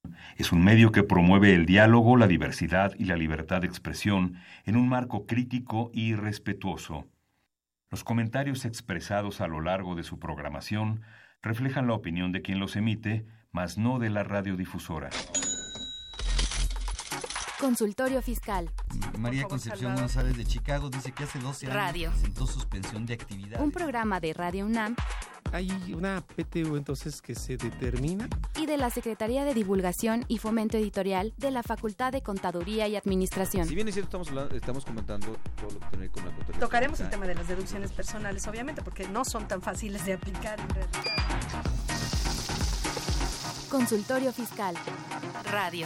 Es un medio que promueve el diálogo, la diversidad y la libertad de expresión en un marco crítico y respetuoso. Los comentarios expresados a lo largo de su programación reflejan la opinión de quien los emite, mas no de la radiodifusora. Consultorio Fiscal. María Concepción González de Chicago dice que hace 12 años Radio. presentó suspensión de actividad. Un programa de Radio UNAM Hay una PTU entonces que se determina y de la Secretaría de Divulgación y Fomento Editorial de la Facultad de Contaduría y Administración. Si bien es cierto, estamos comentando todo lo que tiene con la contabilidad. Tocaremos el tema de las deducciones personales, obviamente, porque no son tan fáciles de aplicar en realidad. Consultorio Fiscal. Radio.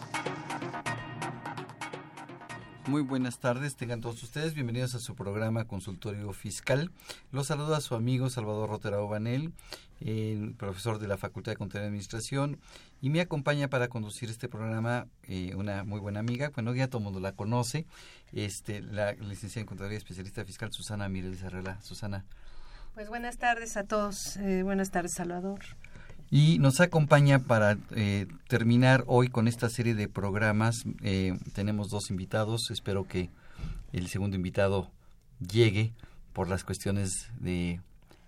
Muy buenas tardes, tengan todos ustedes bienvenidos a su programa Consultorio Fiscal. Los saluda su amigo Salvador Rotera Obanel, profesor de la Facultad de Contaduría y Administración, y me acompaña para conducir este programa una muy buena amiga, bueno, ya todo el mundo la conoce, la licenciada en Contaduría y especialista fiscal Susana Mireles Arreola. Susana. Pues buenas tardes a todos, buenas tardes Salvador. Y nos acompaña para terminar hoy con esta serie de programas. Tenemos dos invitados. Espero que el segundo invitado llegue por las cuestiones de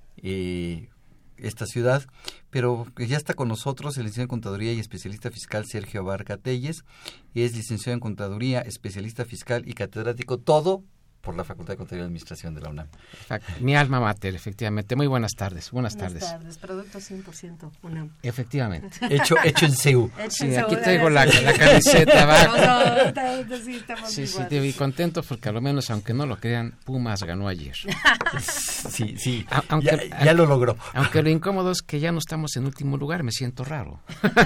esta ciudad. Pero ya está con nosotros el licenciado en Contaduría y especialista fiscal Sergio Abarca Telles. Es licenciado en Contaduría, especialista fiscal y catedrático todo por la Facultad de Contaduría y Administración de la UNAM. mi alma mater, efectivamente. Muy buenas tardes. Buenas tardes. Producto 100% UNAM. Efectivamente. Hecho en CEU. Sí, aquí traigo la camiseta abajo. Sí, estamos Sí, igual. y contento porque a lo menos, aunque no lo crean, Pumas ganó ayer. Sí, Aunque, ya lo logró. Aunque lo incómodo es que ya no estamos en último lugar, me siento raro.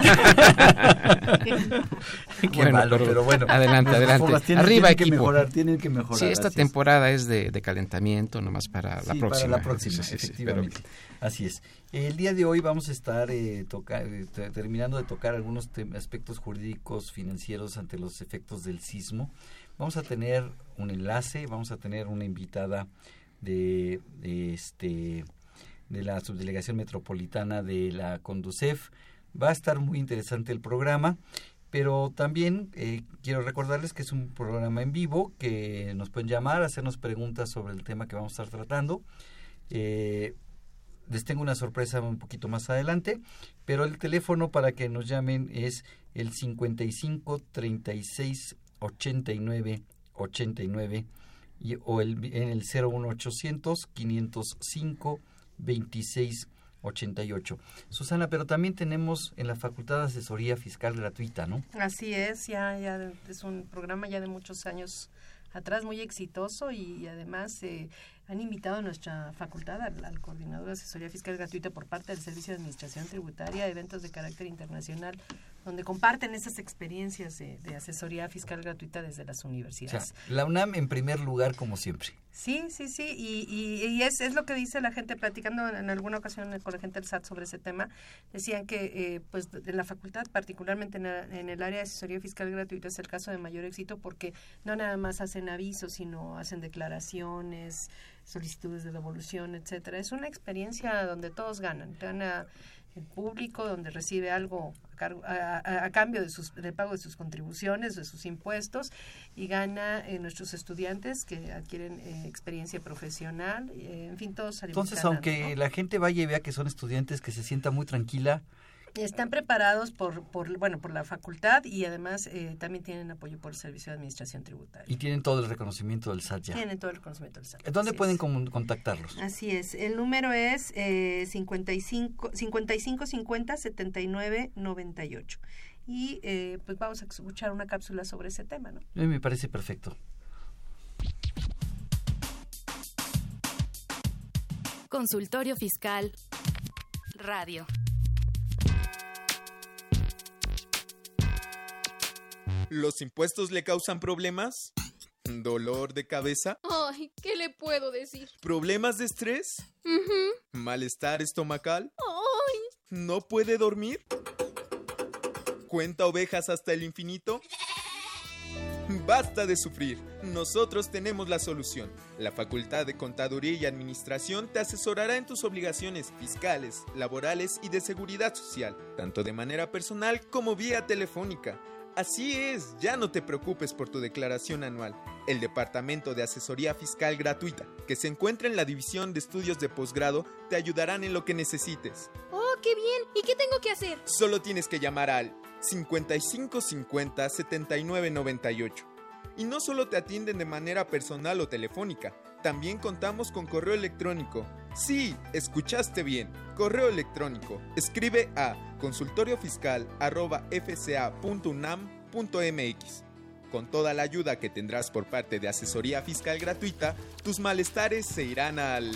Qué malo, pero bueno. Adelante. Tienen Arriba, equipo. Tienen que mejorar. Sí, esta temporada es de calentamiento, nomás para la próxima. Para la próxima, efectivamente. Así es. El día de hoy vamos a estar terminando de tocar algunos aspectos jurídicos financieros ante los efectos del sismo. Vamos a tener un enlace, vamos a tener una invitada de la Subdelegación Metropolitana de la Conducef. Va a estar muy interesante el programa. Pero también quiero recordarles que es un programa en vivo, que nos pueden llamar, hacernos preguntas sobre el tema que vamos a estar tratando. Les tengo una sorpresa un poquito más adelante, pero el teléfono para que nos llamen es el 55 36 89 89 o en el 01800 505 26 88. Susana, pero también tenemos en la Facultad Asesoría Fiscal gratuita, ¿no? Así es, ya es un programa ya de muchos años atrás, muy exitoso, y además han invitado a nuestra facultad al coordinador de asesoría fiscal gratuita por parte del Servicio de Administración Tributaria, eventos de carácter internacional, donde comparten esas experiencias de asesoría fiscal gratuita desde las universidades. O sea, la UNAM en primer lugar, como siempre. Sí, y es lo que dice la gente, platicando en alguna ocasión con la gente del SAT sobre ese tema. Decían que pues de la facultad, particularmente en el área de asesoría fiscal gratuita, es el caso de mayor éxito, porque no nada más hacen avisos, sino hacen declaraciones, solicitudes de devolución, etcétera. Es una experiencia donde todos ganan. Gana el público, donde recibe algo a cambio del pago de sus contribuciones, de sus impuestos, y gana nuestros estudiantes que adquieren experiencia profesional, en fin, todos salimos Entonces, ganando, aunque ¿no? la gente vaya y vea que son estudiantes, que se sienta muy tranquila. Están preparados por la facultad, y además también tienen apoyo por el Servicio de Administración Tributaria. Y tienen todo el reconocimiento del SAT ya. Tienen todo el reconocimiento del SAT. ¿Dónde pueden es. Contactarlos? Así es. El número es 5550 79 98. Y pues vamos a escuchar una cápsula sobre ese tema, ¿no? Me parece perfecto. Consultorio Fiscal. Radio. ¿Los impuestos le causan problemas? ¿Dolor de cabeza? Ay, ¿qué le puedo decir? ¿Problemas de estrés? Uh-huh. ¿Malestar estomacal? Ay. ¿No puede dormir? ¿Cuenta ovejas hasta el infinito? Basta de sufrir, nosotros tenemos la solución. La Facultad de Contaduría y Administración te asesorará en tus obligaciones fiscales, laborales y de seguridad social, tanto de manera personal como vía telefónica. Así es, ya no te preocupes por tu declaración anual. El Departamento de Asesoría Fiscal Gratuita, que se encuentra en la División de Estudios de Posgrado, te ayudarán en lo que necesites. ¡Oh, qué bien! ¿Y qué tengo que hacer? Solo tienes que llamar al 5550-7998. Y no solo te atienden de manera personal o telefónica, también contamos con correo electrónico. Sí, escuchaste bien, correo electrónico. Escribe a consultoriofiscal@fca.unam.mx. Con toda la ayuda que tendrás por parte de asesoría fiscal gratuita, tus malestares se irán al...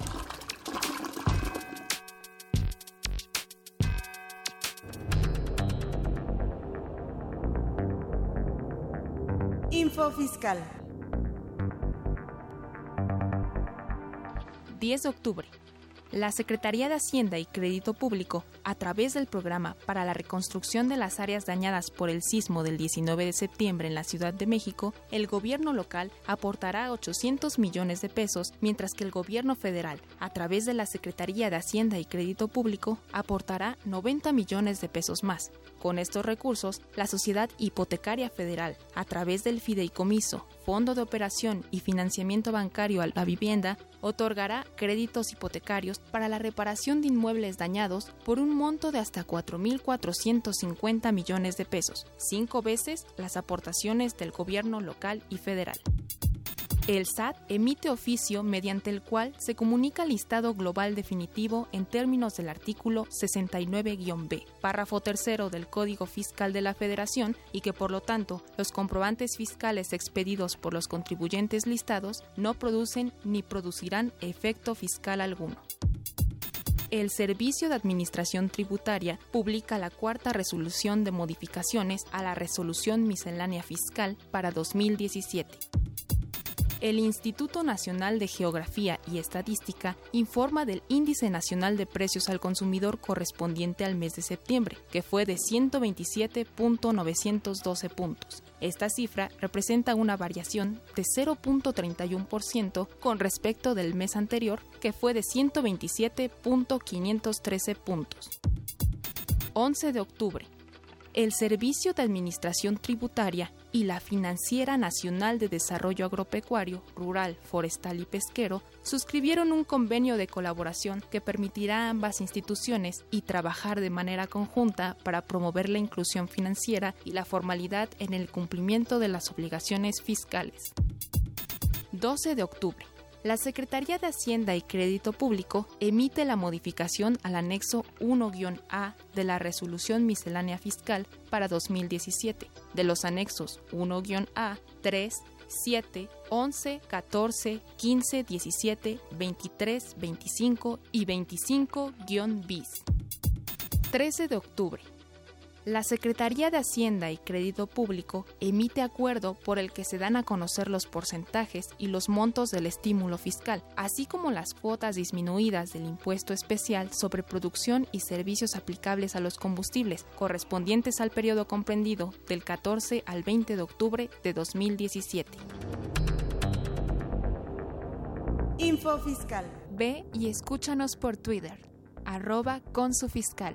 Info Fiscal. 10 de octubre. La Secretaría de Hacienda y Crédito Público, a través del Programa para la Reconstrucción de las Áreas Dañadas por el Sismo del 19 de septiembre en la Ciudad de México, el gobierno local aportará 800 millones de pesos, mientras que el gobierno federal, a través de la Secretaría de Hacienda y Crédito Público, aportará 90 millones de pesos más. Con estos recursos, la Sociedad Hipotecaria Federal, a través del Fideicomiso, Fondo de Operación y Financiamiento Bancario a la Vivienda, otorgará créditos hipotecarios para la reparación de inmuebles dañados por un monto de hasta 4.450 millones de pesos, 5 veces las aportaciones del gobierno local y federal. El SAT emite oficio mediante el cual se comunica listado global definitivo en términos del artículo 69-B, párrafo 3 del Código Fiscal de la Federación, y que por lo tanto los comprobantes fiscales expedidos por los contribuyentes listados no producen ni producirán efecto fiscal alguno. El Servicio de Administración Tributaria publica la cuarta resolución de modificaciones a la Resolución Miscelánea Fiscal para 2017. El Instituto Nacional de Geografía y Estadística informa del Índice Nacional de Precios al Consumidor correspondiente al mes de septiembre, que fue de 127.912 puntos. Esta cifra representa una variación de 0.31% con respecto del mes anterior, que fue de 127.513 puntos. 11 de octubre. El Servicio de Administración Tributaria y la Financiera Nacional de Desarrollo Agropecuario, Rural, Forestal y Pesquero suscribieron un convenio de colaboración que permitirá a ambas instituciones y trabajar de manera conjunta para promover la inclusión financiera y la formalidad en el cumplimiento de las obligaciones fiscales. 12 de octubre. La Secretaría de Hacienda y Crédito Público emite la modificación al anexo 1-A de la Resolución Miscelánea Fiscal para 2017, de los anexos 1-A, 3, 7, 11, 14, 15, 17, 23, 25 y 25-bis. 13 de octubre. La Secretaría de Hacienda y Crédito Público emite acuerdo por el que se dan a conocer los porcentajes y los montos del estímulo fiscal, así como las cuotas disminuidas del impuesto especial sobre producción y servicios aplicables a los combustibles, correspondientes al periodo comprendido del 14 al 20 de octubre de 2017. Info Fiscal. Ve y escúchanos por Twitter, @consufiscal.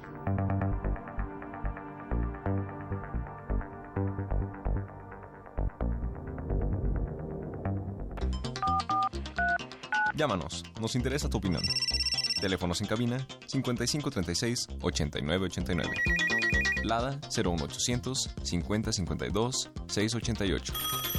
Llámanos, nos interesa tu opinión. Teléfonos en cabina 5536-8989. Lada 01800 5052 688.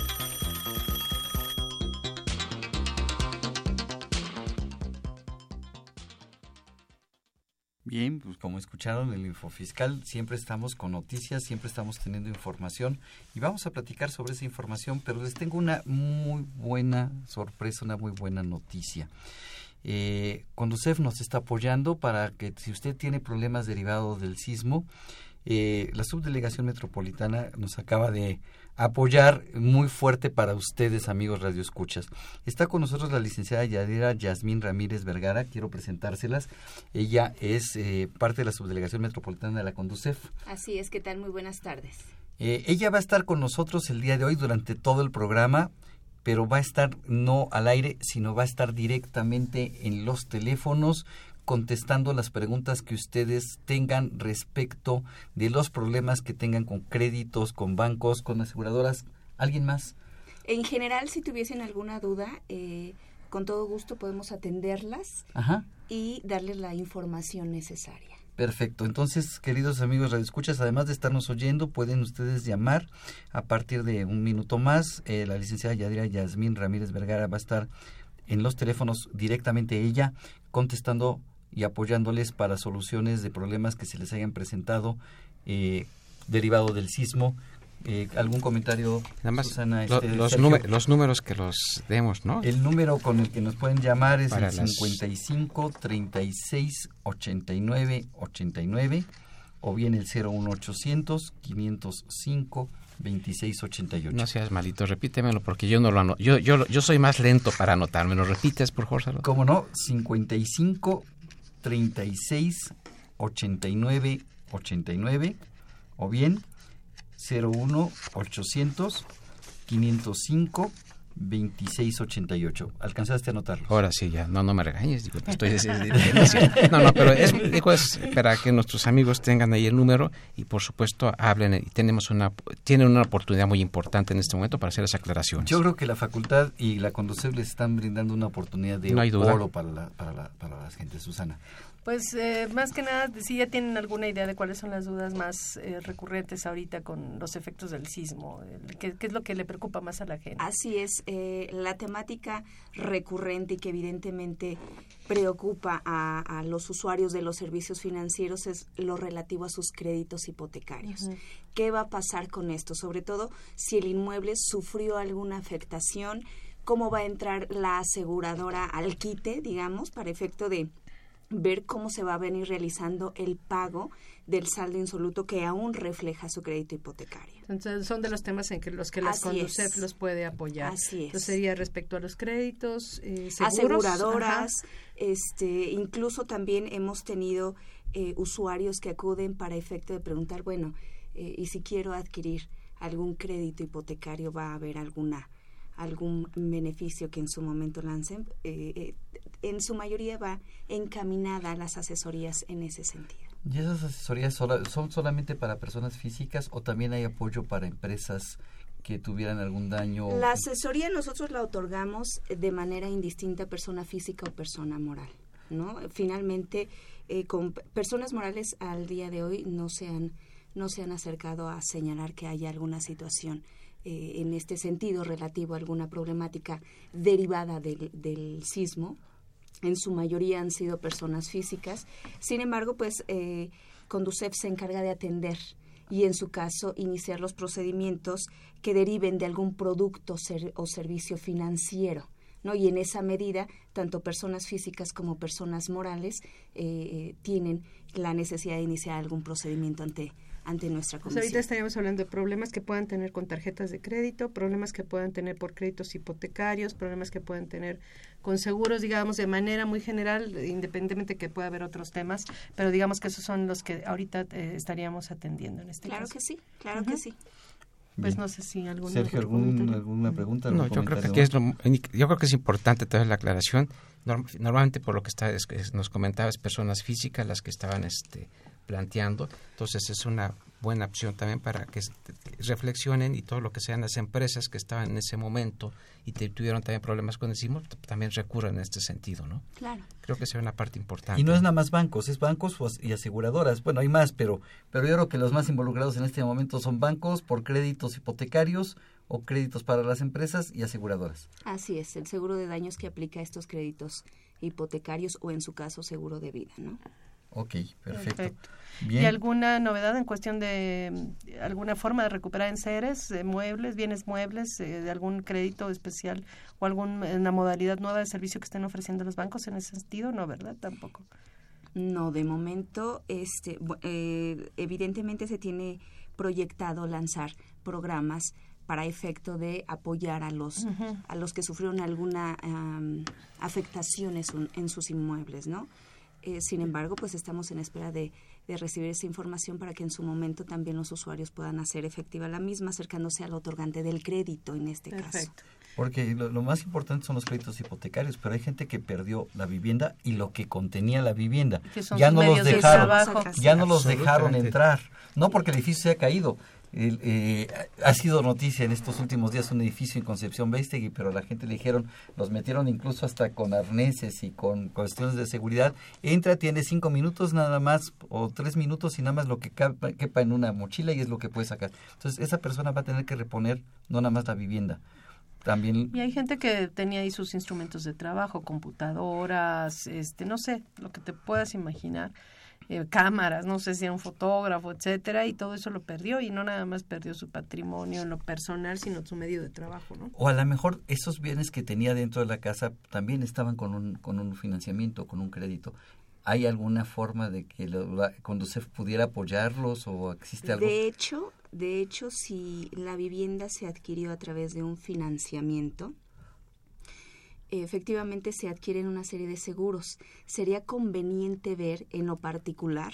Bien, pues como escucharon el Infofiscal, siempre estamos con noticias, siempre estamos teniendo información y vamos a platicar sobre esa información, pero les tengo una muy buena sorpresa, una muy buena noticia. Conducef nos está apoyando para que si usted tiene problemas derivados del sismo, la Subdelegación Metropolitana nos acaba de apoyar muy fuerte para ustedes, amigos radioescuchas. Está con nosotros la licenciada Yadira Yasmín Ramírez Vergara, quiero presentárselas. Ella es parte de la Subdelegación Metropolitana de la Conducef. Así es, ¿qué tal? Muy buenas tardes. Ella va a estar con nosotros el día de hoy durante todo el programa, pero va a estar no al aire, sino va a estar directamente en los teléfonos contestando las preguntas que ustedes tengan respecto de los problemas que tengan con créditos, con bancos, con aseguradoras. ¿Alguien más? En general, si tuviesen alguna duda, con todo gusto podemos atenderlas y darles la información necesaria. Perfecto. Entonces, queridos amigos radioescuchas, además de estarnos oyendo, pueden ustedes llamar a partir de un minuto más. La licenciada Yadira Yasmín Ramírez Vergara va a estar en los teléfonos directamente ella, contestando y apoyándoles para soluciones de problemas que se les hayan presentado derivado del sismo. ¿Algún comentario, nada más, Susana? Los números que los demos, ¿no? El número con el que nos pueden llamar es para el 55 36 89 89 o bien el 01800 505 2688. No seas malito, repítemelo porque yo no lo anoto. Yo soy más lento para anotar. ¿Me lo repites, por favor, Salud? ¿Cómo no? 55 36 89 89 o bien 01800 505 2688. ¿Alcanzaste a anotarlo? Ahora sí, ya. No me regañes. Digo, estoy no, pero es para que nuestros amigos tengan ahí el número y, por supuesto, hablen. Y tienen una oportunidad muy importante en este momento para hacer esas aclaraciones. Yo creo que la facultad y la Conducef les están brindando una oportunidad de oro para la gente. Susana. Pues más que nada, si ya tienen alguna idea de cuáles son las dudas más recurrentes ahorita con los efectos del sismo, ¿qué es lo que le preocupa más a la gente? Así es, la temática recurrente y que evidentemente preocupa a los usuarios de los servicios financieros es lo relativo a sus créditos hipotecarios. Uh-huh. ¿Qué va a pasar con esto? Sobre todo si el inmueble sufrió alguna afectación, ¿cómo va a entrar la aseguradora al quite, digamos, para efecto de ver cómo se va a venir realizando el pago del saldo insoluto que aún refleja su crédito hipotecario? Entonces, son de los temas en que los que las Conducef los puede apoyar. Así es. Entonces, sería respecto a los créditos, seguros, aseguradoras, incluso también hemos tenido usuarios que acuden para efecto de preguntar, bueno, y si quiero adquirir algún crédito hipotecario, ¿va a haber algún beneficio que en su momento lancen? En su mayoría va encaminada a las asesorías en ese sentido. ¿Y esas asesorías son solamente para personas físicas o también hay apoyo para empresas que tuvieran algún daño? La asesoría nosotros la otorgamos de manera indistinta a persona física o persona moral, ¿no? Finalmente, con personas morales al día de hoy no se han acercado a señalar que haya alguna situación en este sentido relativo a alguna problemática derivada del sismo. En su mayoría han sido personas físicas. Sin embargo, pues Conducef se encarga de atender y en su caso iniciar los procedimientos que deriven de algún producto o servicio financiero, ¿no? Y en esa medida, tanto personas físicas como personas morales tienen la necesidad de iniciar algún procedimiento ante nuestra comisión. Pues ahorita estaríamos hablando de problemas que puedan tener con tarjetas de crédito, problemas que puedan tener por créditos hipotecarios, problemas que puedan tener con seguros, digamos, de manera muy general, independientemente que pueda haber otros temas, pero digamos que esos son los que ahorita estaríamos atendiendo en este caso. Claro que sí. Pues no sé si Sergio, ¿alguna pregunta? No, yo creo que es importante toda la aclaración. Normalmente por lo que nos comentabas, personas físicas las que estaban planteando, entonces es una buena opción también para que reflexionen y todo lo que sean las empresas que estaban en ese momento y tuvieron también problemas con el sismo, también recurren en este sentido, ¿no? Claro. Creo que sería una parte importante. Y no es nada más bancos, es bancos y aseguradoras. Bueno, hay más, pero yo creo que los más involucrados en este momento son bancos por créditos hipotecarios o créditos para las empresas y aseguradoras. Así es, el seguro de daños que aplica a estos créditos hipotecarios o en su caso seguro de vida, ¿no? Ok, perfecto. Bien. ¿Y alguna novedad en cuestión de alguna forma de recuperar enseres, muebles, bienes muebles, de algún crédito especial o alguna modalidad nueva de servicio que estén ofreciendo los bancos en ese sentido? No, ¿verdad? Tampoco. No, de momento, evidentemente se tiene proyectado lanzar programas para efecto de apoyar a los que sufrieron alguna afectación en sus inmuebles, ¿no? Sin embargo, pues estamos en espera de recibir esa información para que en su momento también los usuarios puedan hacer efectiva la misma, acercándose al otorgante del crédito en este caso. Porque lo más importante son los créditos hipotecarios, pero hay gente que perdió la vivienda y lo que contenía la vivienda. Ya no los dejaron entrar, no porque el edificio se ha caído. Ha sido noticia en estos últimos días un edificio en Concepción Baistegui, pero a la gente le dijeron, los metieron incluso hasta con arneses y con cuestiones de seguridad. Entra, tiene 5 minutos nada más o 3 minutos y nada más lo que quepa en una mochila y es lo que puede sacar. Entonces esa persona va a tener que reponer no nada más la vivienda. También... Y hay gente que tenía ahí sus instrumentos de trabajo, computadoras, no sé, lo que te puedas imaginar. Cámaras, no sé si era un fotógrafo, etcétera, y todo eso lo perdió, y no nada más perdió su patrimonio en lo personal, sino su medio de trabajo, ¿no? O a lo mejor esos bienes que tenía dentro de la casa también estaban con un financiamiento, con un crédito. ¿Hay alguna forma de que Conducef pudiera apoyarlos o existe algo? De hecho, si la vivienda se adquirió a través de un financiamiento, efectivamente se adquieren una serie de seguros. Sería conveniente ver en lo particular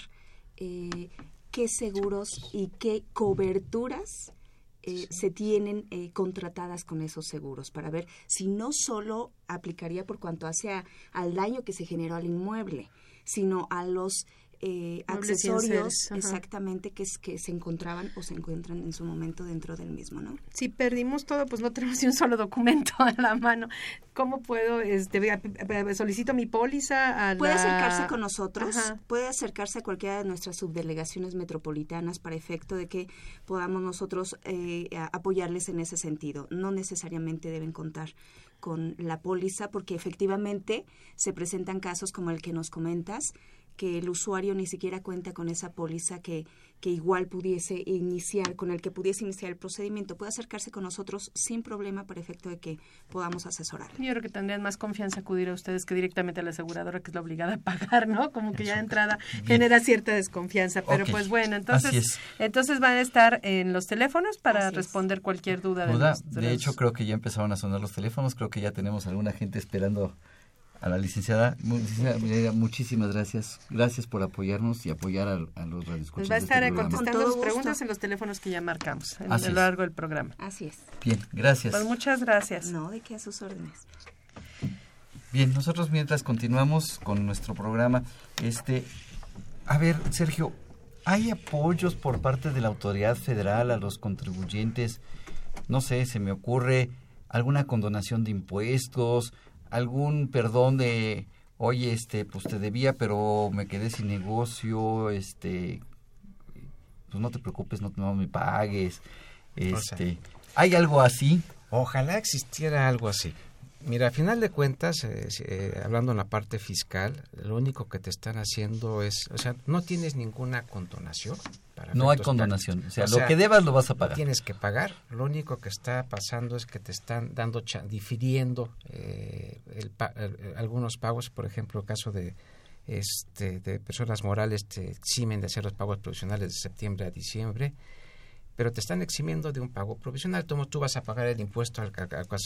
qué seguros y qué coberturas se tienen contratadas con esos seguros, para ver si no solo aplicaría por cuanto hace al daño que se generó al inmueble, sino a los accesorios exactamente que se encontraban o se encuentran en su momento dentro del mismo, ¿no? Si perdimos todo, pues no tenemos ni un solo documento a la mano. ¿Cómo puedo? Solicito mi póliza Puede acercarse con nosotros, puede acercarse a cualquiera de nuestras subdelegaciones metropolitanas para efecto de que podamos nosotros apoyarles en ese sentido. No necesariamente deben contar con la póliza, porque efectivamente se presentan casos como el que nos comentas, que el usuario ni siquiera cuenta con esa póliza que igual pudiese iniciar, con el que pudiese iniciar el procedimiento. Puede acercarse con nosotros sin problema para efecto de que podamos asesorar. Yo creo que tendrían más confianza acudir a ustedes que directamente a la aseguradora, que es la obligada a pagar, ¿no? Como que ya de entrada genera cierta desconfianza. Pero pues bueno, entonces van a estar en los teléfonos para responder cualquier duda. De hecho, creo que ya empezaron a sonar los teléfonos. Creo que ya tenemos alguna gente esperando a la licenciada. Muchísimas gracias. Gracias por apoyarnos y apoyar a los radioescuchas. Pues va a estar contestando sus preguntas en los teléfonos que ya marcamos a lo largo del programa. Así es. Bien, gracias. Pues muchas gracias. No, de qué, a sus órdenes. Bien, nosotros mientras continuamos con nuestro programa, a ver, Sergio, ¿hay apoyos por parte de la autoridad federal a los contribuyentes? No sé, se me ocurre alguna condonación de impuestos, algún perdón de, oye, pues te debía, pero me quedé sin negocio, pues no te preocupes, no me pagues, ¿hay algo así? Ojalá existiera algo así. Mira, a final de cuentas, hablando en la parte fiscal, lo único que te están haciendo es, no tienes ninguna condonación. No hay condonación, lo que debas lo vas a pagar. Tienes que pagar, lo único que está pasando es que te están difiriendo algunos pagos, por ejemplo, el caso de personas morales te eximen de hacer los pagos provisionales de septiembre a diciembre, pero te están eximiendo de un pago provisional. Tú vas a pagar el impuesto al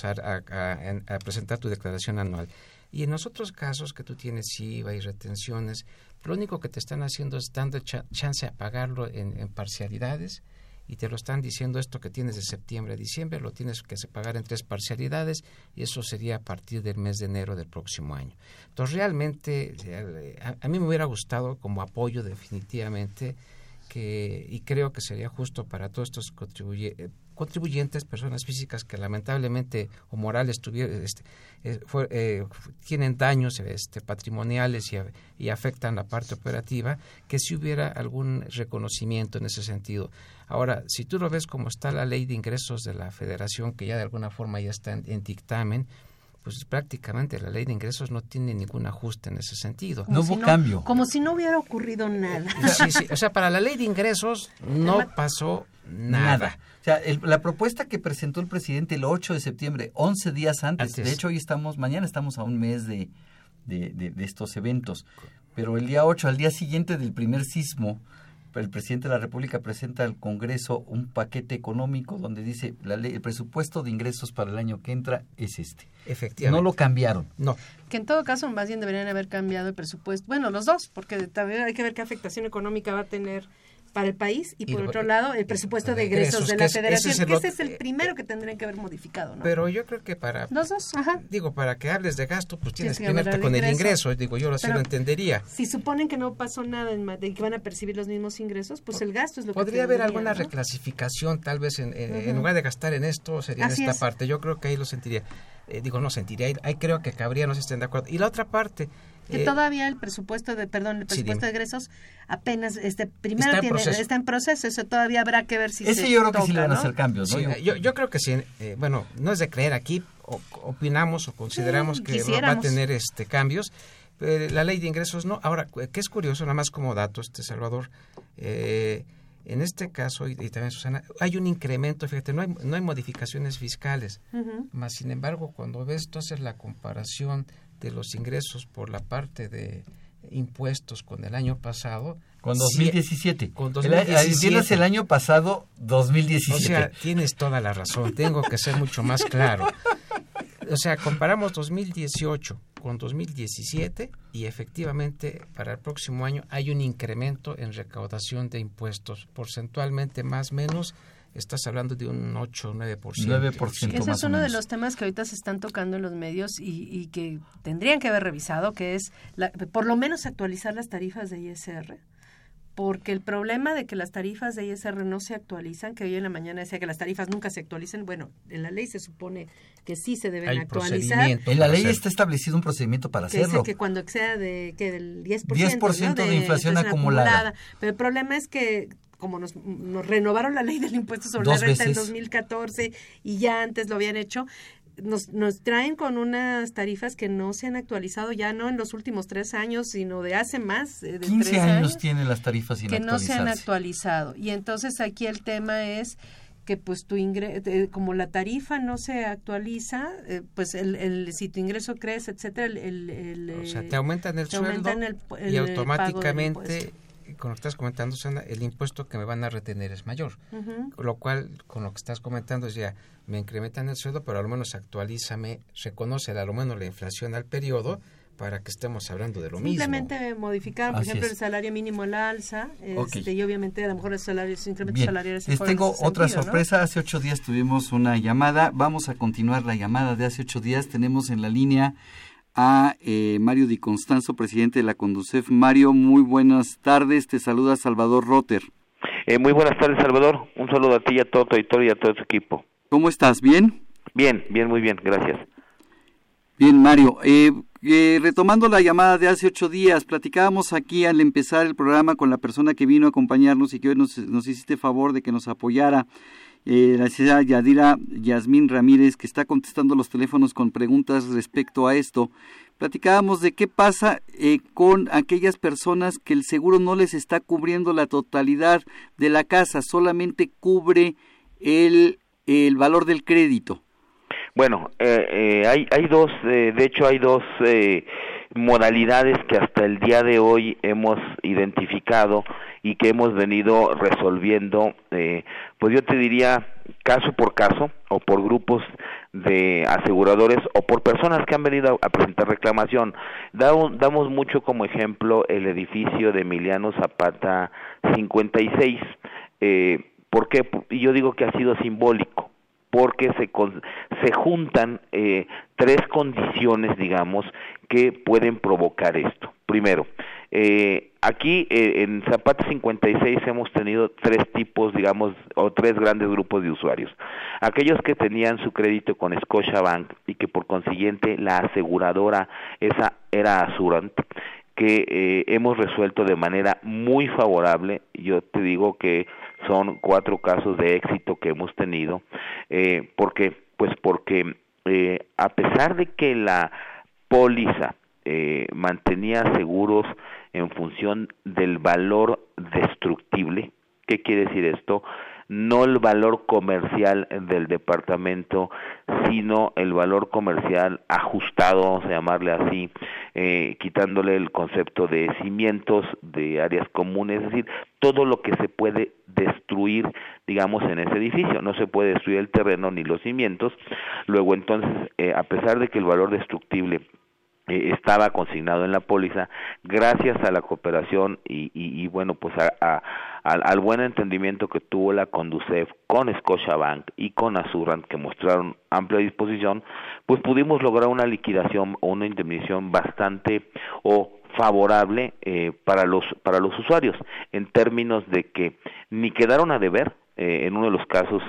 a presentar tu declaración anual. Y en los otros casos que tú tienes IVA y retenciones, lo único que te están haciendo es dando chance a pagarlo en parcialidades, y te lo están diciendo, esto que tienes de septiembre a diciembre lo tienes que pagar en 3 parcialidades, y eso sería a partir del mes de enero del próximo año. Entonces realmente a mí me hubiera gustado como apoyo definitivamente, y creo que sería justo para todos estos contribuyentes, personas físicas que lamentablemente o morales tienen daños patrimoniales y afectan la parte operativa, que si hubiera algún reconocimiento en ese sentido. Ahora, si tú lo ves como está la ley de ingresos de la Federación, que ya de alguna forma ya está en dictamen, pues prácticamente la ley de ingresos no tiene ningún ajuste en ese sentido. No hubo cambio. Como si no hubiera ocurrido nada. Sí, para la ley de ingresos no pasó nada. La propuesta que presentó el presidente el 8 de septiembre, 11 días antes, de hecho mañana estamos a un mes de estos eventos, pero el día 8, al día siguiente del primer sismo, el presidente de la República presenta al Congreso un paquete económico donde dice el presupuesto de ingresos para el año que entra es este. Efectivamente. No lo cambiaron. No. Que en todo caso más bien deberían haber cambiado el presupuesto. Bueno, los dos, porque también hay que ver qué afectación económica va a tener para el país y por otro lado el presupuesto de egresos de la Federación, ese es el primero que tendrían que haber modificado, ¿no? Pero yo creo que para los dos, ajá. Digo, para que hables de gasto, pues tienes que verte con el ingreso, digo, yo así lo entendería. Si suponen que no pasó nada de que van a percibir los mismos ingresos, pues el gasto es lo que podría haber alguna reclasificación, tal vez en lugar de gastar en esto, sería en esta parte. Yo creo que ahí lo sentiría. Ahí creo que cabría, no sé si estén de acuerdo. Y la otra parte, que todavía el presupuesto de egresos apenas primero está en proceso, eso todavía habrá que ver si ese yo creo que sí le van a hacer cambios, ¿no? Sí, yo creo que sí, no es de creer aquí, opinamos o consideramos que va a tener cambios. La ley de ingresos no. Ahora, que es curioso, nada más como dato, Salvador, en este caso, y también Susana, hay un incremento, fíjate, no hay modificaciones fiscales, más sin embargo, cuando ves, tú haces la comparación de los ingresos por la parte de impuestos con el año pasado. Con 2017. Tienes el año pasado, 2017. O sea, tienes toda la razón, tengo que ser mucho más claro. O sea, comparamos 2018 con 2017 y efectivamente para el próximo año hay un incremento en recaudación de impuestos, porcentualmente más o menos. Estás hablando de un 8 o 9%. 9% Ese es uno de los temas que ahorita se están tocando en los medios y que tendrían que haber revisado, que es por lo menos actualizar las tarifas de ISR, porque el problema de que las tarifas de ISR no se actualizan, que hoy en la mañana decía que las tarifas nunca se actualizan, bueno, en la ley se supone que sí se deben actualizar. En la ley está establecido un procedimiento para hacerlo. Que cuando exceda del 10%, 10% de inflación acumulada. Pero el problema es que como nos renovaron la ley del impuesto sobre la renta en 2014 y ya antes lo habían hecho, nos traen con unas tarifas que no se han actualizado ya no en los últimos 3 años, sino de hace más de 15 3 años tienen las tarifas sin que actualizarse. No se han actualizado. Y entonces aquí el tema es que pues como la tarifa no se actualiza, pues si tu ingreso crece, etcétera, o sea, te aumentan el sueldo y automáticamente, como estás comentando, Susana, el impuesto que me van a retener es mayor. Lo cual, con lo que estás comentando, es ya, me incrementan el sueldo, pero a lo menos actualízame, reconoce a lo menos la inflación al periodo, para que estemos hablando de lo mismo. Simplemente modificar, por ejemplo, el salario mínimo al alza, y obviamente a lo mejor el incremento salarial es Les tengo otra sorpresa, ¿no? Hace 8 días tuvimos una llamada, vamos a continuar la llamada de hace 8 días, tenemos en la línea a Mario Di Constanzo, presidente de la Conducef. Mario, muy buenas tardes, te saluda Salvador Rotter. Muy buenas tardes, Salvador, un saludo a ti y a todo tu auditorio y a todo tu equipo. ¿Cómo estás? ¿Bien? Bien, muy bien, gracias. Bien, Mario, retomando la llamada de hace 8 días, platicábamos aquí al empezar el programa con la persona que vino a acompañarnos y que hoy nos hiciste favor de que nos apoyara, la licenciada Yadira Yasmín Ramírez, que está contestando los teléfonos con preguntas respecto a esto. Platicábamos de qué pasa con aquellas personas que el seguro no les está cubriendo la totalidad de la casa, solamente cubre el valor del crédito. Bueno, hay dos modalidades que hasta el día de hoy hemos identificado y que hemos venido resolviendo, pues yo te diría caso por caso o por grupos de aseguradores o por personas que han venido a presentar reclamación. Damos mucho como ejemplo el edificio de Emiliano Zapata 56. ¿Por qué? Y yo digo que ha sido simbólico, porque se juntan 3 condiciones, digamos, que pueden provocar esto. Primero, aquí en Zapata 56 hemos tenido 3 tipos, digamos, o 3 grandes grupos de usuarios. Aquellos que tenían su crédito con Scotiabank y que por consiguiente la aseguradora esa era Assurant, que hemos resuelto de manera muy favorable. Yo te digo que son 4 casos de éxito que hemos tenido. ¿Por qué? Pues porque a pesar de que la póliza mantenía seguros en función del valor destructible, ¿qué quiere decir esto? no el valor comercial del departamento, sino el valor comercial ajustado, vamos a llamarle así, quitándole el concepto de cimientos, de áreas comunes, es decir, todo lo que se puede destruir, digamos, en ese edificio. No se puede destruir el terreno ni los cimientos. Luego, entonces, a pesar de que el valor destructible estaba consignado en la póliza, gracias a la cooperación y bueno, pues al buen entendimiento que tuvo la Conducef con Scotiabank y con Assurant, que mostraron amplia disposición, pues pudimos lograr una liquidación o una indemnización bastante favorable para los usuarios, en términos de que ni quedaron a deber. En uno de los casos,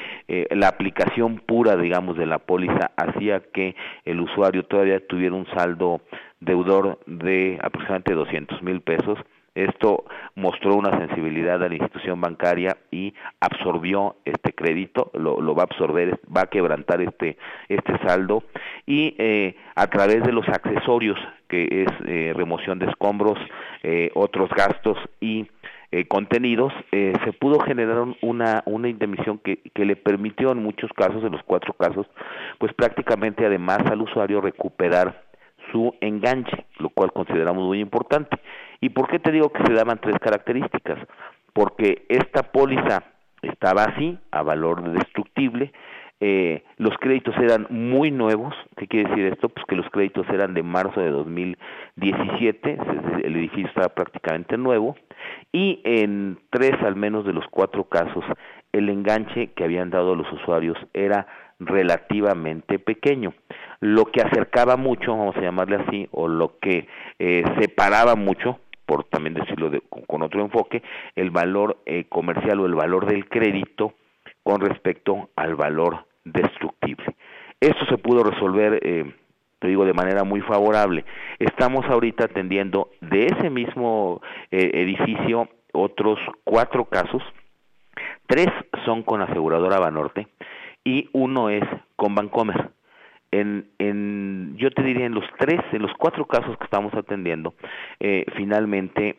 la aplicación pura, digamos, de la póliza hacía que el usuario todavía tuviera un saldo deudor de aproximadamente 200,000 pesos. Esto mostró una sensibilidad a la institución bancaria y absorbió este crédito, lo va a absorber, va a quebrantar este saldo, y a través de los accesorios, que es remoción de escombros, otros gastos y contenidos, se pudo generar una indemnización que le permitió en muchos casos, en los 4 casos, pues prácticamente además al usuario recuperar su enganche, lo cual consideramos muy importante. ¿Y por qué te digo que se daban 3 características? Porque esta póliza estaba así, a valor destructible, los créditos eran muy nuevos. ¿Qué quiere decir esto? Pues que los créditos eran de marzo de 2017, el edificio estaba prácticamente nuevo, y en 3 al menos de los 4 casos, el enganche que habían dado los usuarios era relativamente pequeño, lo que acercaba mucho, vamos a llamarle así, o lo que separaba mucho, por también decirlo con otro enfoque, el valor comercial o el valor del crédito con respecto al valor destructible. Esto se pudo resolver, te digo, de manera muy favorable. Estamos ahorita atendiendo de ese mismo edificio otros 4 casos. 3 son con aseguradora Banorte y 1 es con Bancomer. Yo te diría en los 4 casos que estamos atendiendo, finalmente,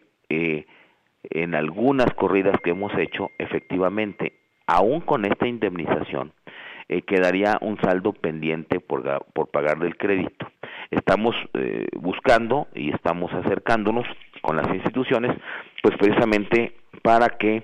en algunas corridas que hemos hecho, efectivamente, aún con esta indemnización, quedaría un saldo pendiente por pagar del crédito. Estamos buscando y estamos acercándonos con las instituciones, pues precisamente para que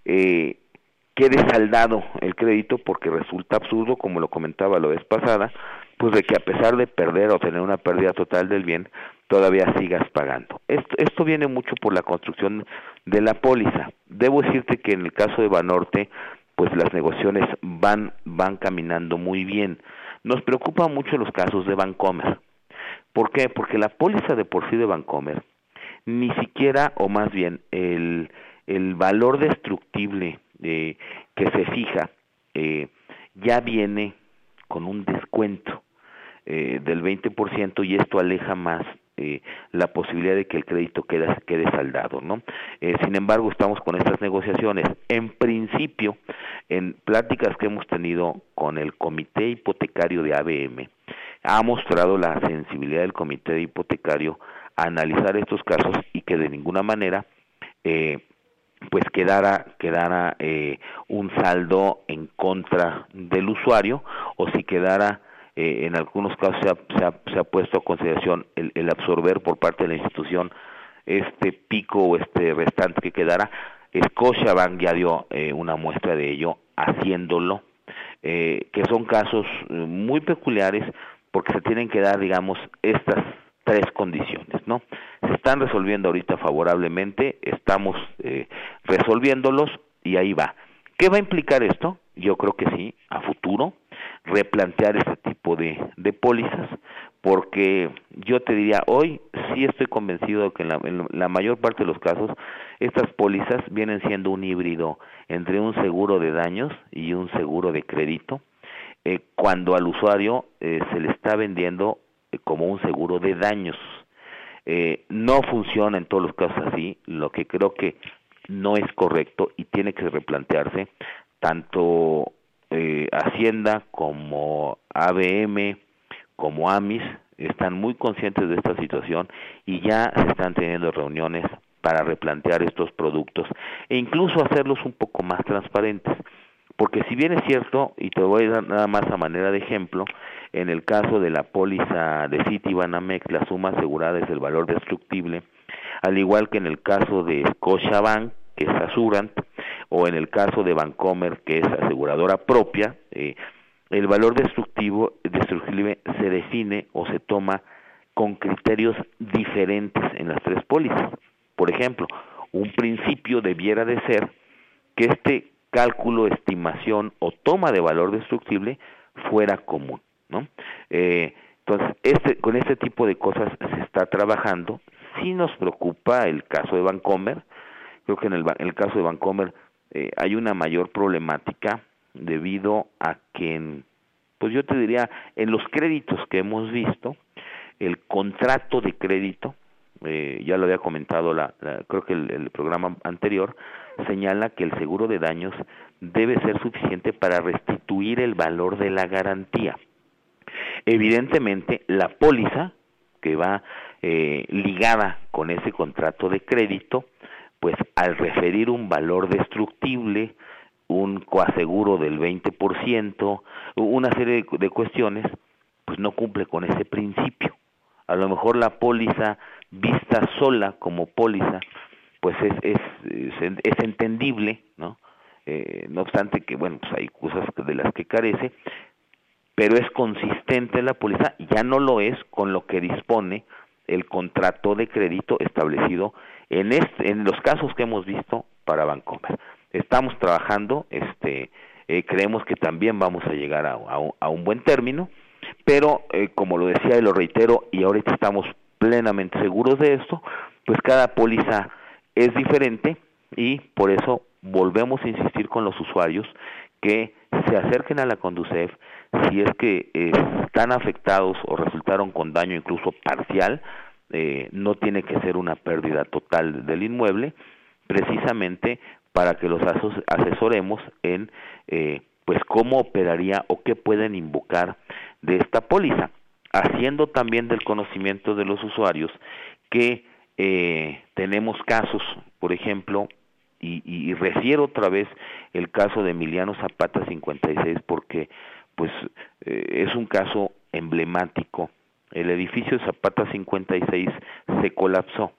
quede saldado el crédito, porque resulta absurdo, como lo comentaba la vez pasada, pues de que a pesar de perder o tener una pérdida total del bien, todavía sigas pagando. Esto viene mucho por la construcción de la póliza. Debo decirte que en el caso de Banorte, pues las negociaciones van caminando muy bien. Nos preocupan mucho los casos de Bancomer. ¿Por qué? Porque la póliza de por sí de Bancomer, ni siquiera, o más bien, el valor destructible que se fija, ya viene con un descuento del 20%, y esto aleja más la posibilidad de que el crédito quede saldado, ¿no? Sin embargo, estamos con estas negociaciones. En principio, en pláticas que hemos tenido con el Comité Hipotecario de ABM, ha mostrado la sensibilidad del Comité Hipotecario a analizar estos casos y que de ninguna manera pues quedara un saldo en contra del usuario, o si quedara en algunos casos se ha puesto a consideración el absorber por parte de la institución este pico o este restante que quedara. Scotiabank ya dio una muestra de ello haciéndolo, que son casos muy peculiares, porque se tienen que dar, digamos, estas 3 condiciones, ¿no? Se están resolviendo ahorita favorablemente, estamos resolviéndolos y ahí va. ¿Qué va a implicar esto? Yo creo que sí, a futuro, replantear este tipo de pólizas, porque yo te diría, hoy sí estoy convencido de que en la mayor parte de los casos, estas pólizas vienen siendo un híbrido entre un seguro de daños y un seguro de crédito, cuando al usuario se le está vendiendo como un seguro de daños. No funciona en todos los casos así, lo que creo que no es correcto y tiene que replantearse. Tanto Hacienda como ABM como AMIS están muy conscientes de esta situación y ya se están teniendo reuniones para replantear estos productos e incluso hacerlos un poco más transparentes. Porque si bien es cierto, y te voy a dar nada más a manera de ejemplo, en el caso de la póliza de Citibanamex, la suma asegurada es el valor destructible, al igual que en el caso de Scotiabank, que es Assurant, o en el caso de Bancomer, que es aseguradora propia, el valor destructible se define o se toma con criterios diferentes en las tres pólizas. Por ejemplo, un principio debiera de ser que este cálculo, estimación o toma de valor destructible fuera común, ¿no? Entonces, con este tipo de cosas se está trabajando. Sí nos preocupa el caso de Bancomer. Creo que en el caso de Bancomer hay una mayor problemática debido a que, pues yo te diría, en los créditos que hemos visto, el contrato de crédito, ya lo había comentado, creo que el programa anterior, señala que el seguro de daños debe ser suficiente para restituir el valor de la garantía. Evidentemente, la póliza que va ligada con ese contrato de crédito, pues al referir un valor destructible, un coaseguro del 20%, una serie de cuestiones, pues no cumple con ese principio. A lo mejor la póliza vista sola como póliza, pues es entendible, ¿no? No obstante que, bueno, pues hay cosas de las que carece, pero es consistente la póliza, ya no lo es con lo que dispone el contrato de crédito establecido en los casos que hemos visto para Bancomer. Estamos trabajando, creemos que también vamos a llegar a un buen término, pero como lo decía y lo reitero, y ahorita estamos plenamente seguros de esto, pues cada póliza es diferente y por eso volvemos a insistir con los usuarios que se acerquen a la Conducef si es que están afectados o resultaron con daño incluso parcial. No tiene que ser una pérdida total del inmueble, precisamente para que los asesoremos en pues cómo operaría o qué pueden invocar de esta póliza, haciendo también del conocimiento de los usuarios que tenemos casos, por ejemplo, y refiero otra vez el caso de Emiliano Zapata 56 porque pues es un caso emblemático. El edificio de Zapata 56 se colapsó,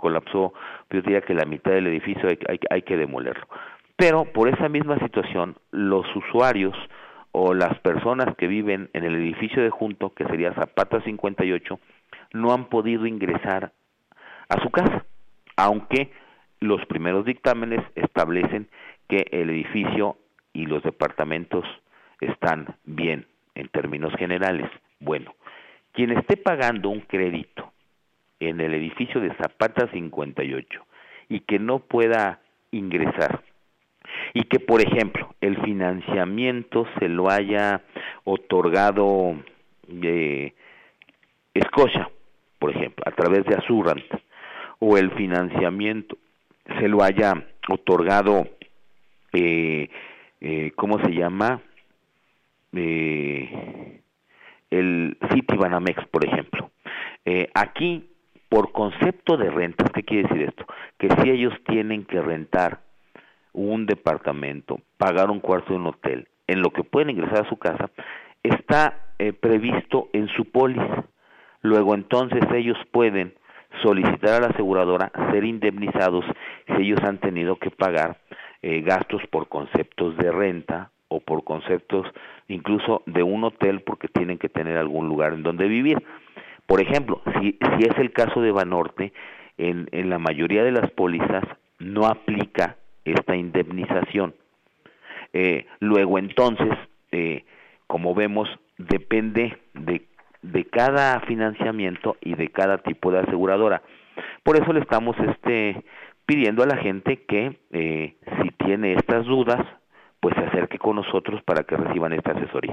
yo diría que la mitad del edificio hay que demolerlo. Pero por esa misma situación, los usuarios o las personas que viven en el edificio de junto, que sería Zapata 58, no han podido ingresar a su casa, aunque los primeros dictámenes establecen que el edificio y los departamentos están bien en términos generales. Bueno, quien esté pagando un crédito en el edificio de Zapata 58 y que no pueda ingresar, y que, por ejemplo, el financiamiento se lo haya otorgado Scotia, por ejemplo, a través de Assurant, o el financiamiento se lo haya otorgado, ¿cómo se llama? El Citibanamex, por ejemplo. Aquí, por concepto de rentas, ¿qué quiere decir esto? Que si ellos tienen que rentar un departamento, pagar un cuarto de un hotel, en lo que pueden ingresar a su casa, está previsto en su póliza. Luego entonces ellos pueden solicitar a la aseguradora ser indemnizados si ellos han tenido que pagar gastos por conceptos de renta o por conceptos incluso de un hotel porque tienen que tener algún lugar en donde vivir. Por ejemplo, si es el caso de Banorte, en la mayoría de las pólizas no aplica esta indemnización. Luego entonces, como vemos, depende de cada financiamiento y de cada tipo de aseguradora. Por eso le estamos pidiendo a la gente que si tiene estas dudas, pues se acerque con nosotros para que reciban esta asesoría.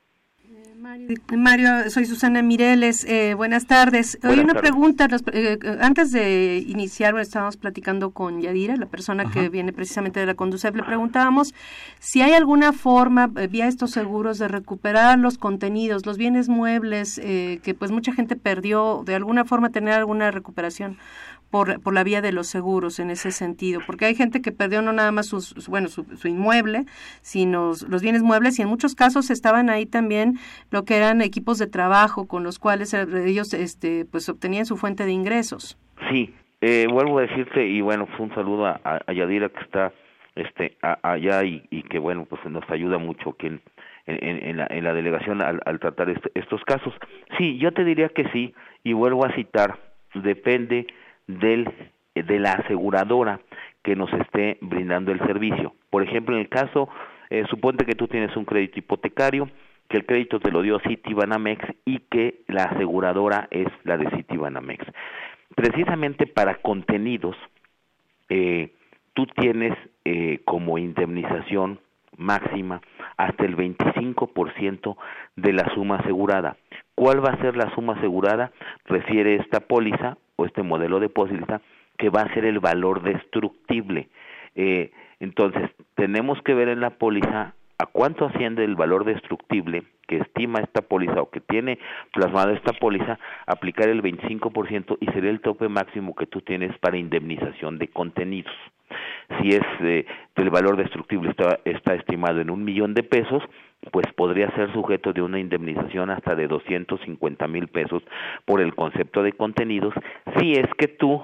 Mario, soy Susana Mireles, buenas tardes. Hoy una pregunta, antes de iniciar, estábamos platicando con Yadira, la persona que viene precisamente de la Conducef, le preguntábamos si hay alguna forma, vía estos seguros, de recuperar los contenidos, los bienes muebles, que pues mucha gente perdió, de alguna forma tener alguna recuperación por la vía de los seguros en ese sentido, porque hay gente que perdió no nada más su inmueble, sino los bienes muebles, y en muchos casos estaban ahí también lo que eran equipos de trabajo con los cuales ellos pues obtenían su fuente de ingresos. Sí, vuelvo a decirte, y bueno, pues un saludo a Yadira, que está allá y que bueno, pues nos ayuda mucho aquí en la delegación al tratar estos casos. Sí, yo te diría que sí, y vuelvo a citar, depende de la aseguradora que nos esté brindando el servicio. Por ejemplo, en el caso, suponte que tú tienes un crédito hipotecario, que el crédito te lo dio Citibanamex y que la aseguradora es la de Citibanamex. Precisamente para contenidos, tú tienes como indemnización máxima hasta el 25% de la suma asegurada. ¿Cuál va a ser la suma asegurada? Refiere esta póliza o este modelo de póliza que va a ser el valor destructible. Entonces, tenemos que ver en la póliza a cuánto asciende el valor destructible que estima esta póliza o que tiene plasmada esta póliza, aplicar el 25% y sería el tope máximo que tú tienes para indemnización de contenidos. Si es el valor destructible está estimado en $1,000,000, pues podría ser sujeto de una indemnización hasta de 250,000 pesos por el concepto de contenidos, si es que tú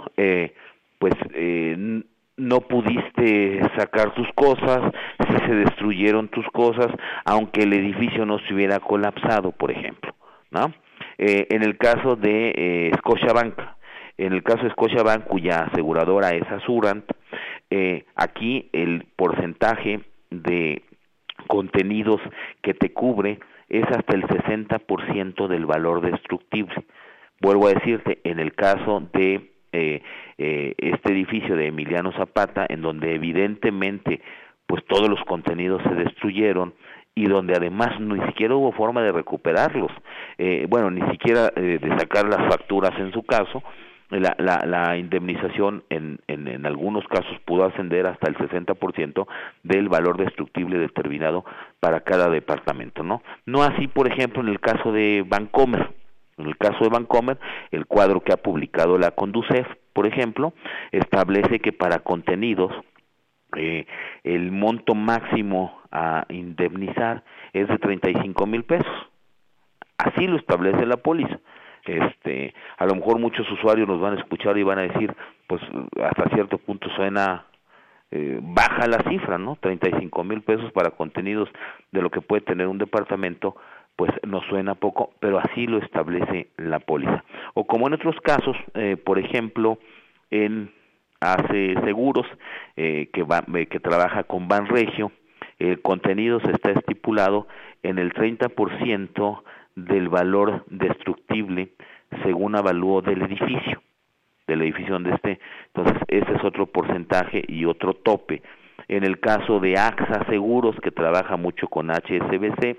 no pudiste sacar tus cosas, si se destruyeron tus cosas, aunque el edificio no se hubiera colapsado, por ejemplo, ¿no? En el caso de Scotiabank, cuya aseguradora es Assurant, aquí el porcentaje de contenidos que te cubre es hasta el 60% del valor destructible. Vuelvo a decirte, en el caso de este edificio de Emiliano Zapata, en donde evidentemente pues todos los contenidos se destruyeron y donde además ni siquiera hubo forma de recuperarlos, ni siquiera de sacar las facturas en su caso, la indemnización en algunos casos pudo ascender hasta el 60% del valor destructible determinado para cada departamento, ¿no? No así, por ejemplo, en el caso de Bancomer. En el caso de Bancomer, el cuadro que ha publicado la Conducef, por ejemplo, establece que para contenidos el monto máximo a indemnizar es de 35,000 pesos. Así lo establece la póliza. A lo mejor muchos usuarios nos van a escuchar y van a decir, pues hasta cierto punto suena baja la cifra, ¿no? 35,000 pesos para contenidos de lo que puede tener un departamento, pues nos suena poco, pero así lo establece la póliza. O como en otros casos, por ejemplo, en ACE Seguros, que trabaja con Banregio, el contenido se está estipulado en el 30% del valor destructible según avalúo del edificio donde esté. Entonces, ese es otro porcentaje y otro tope. En el caso de AXA Seguros, que trabaja mucho con HSBC,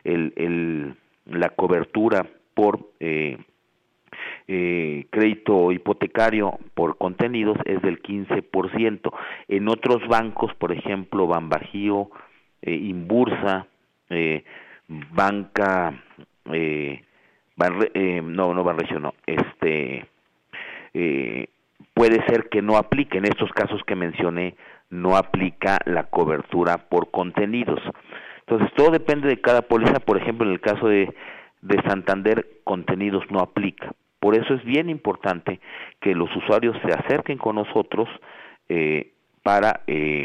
la cobertura por crédito hipotecario por contenidos es del 15%. En otros bancos, por ejemplo, Banbajío, Inbursa, Banca, Banregio no, puede ser que no aplique. En estos casos que mencioné, no aplica la cobertura por contenidos. Entonces, todo depende de cada póliza. Por ejemplo, en el caso de Santander, contenidos no aplica. Por eso es bien importante que los usuarios se acerquen con nosotros para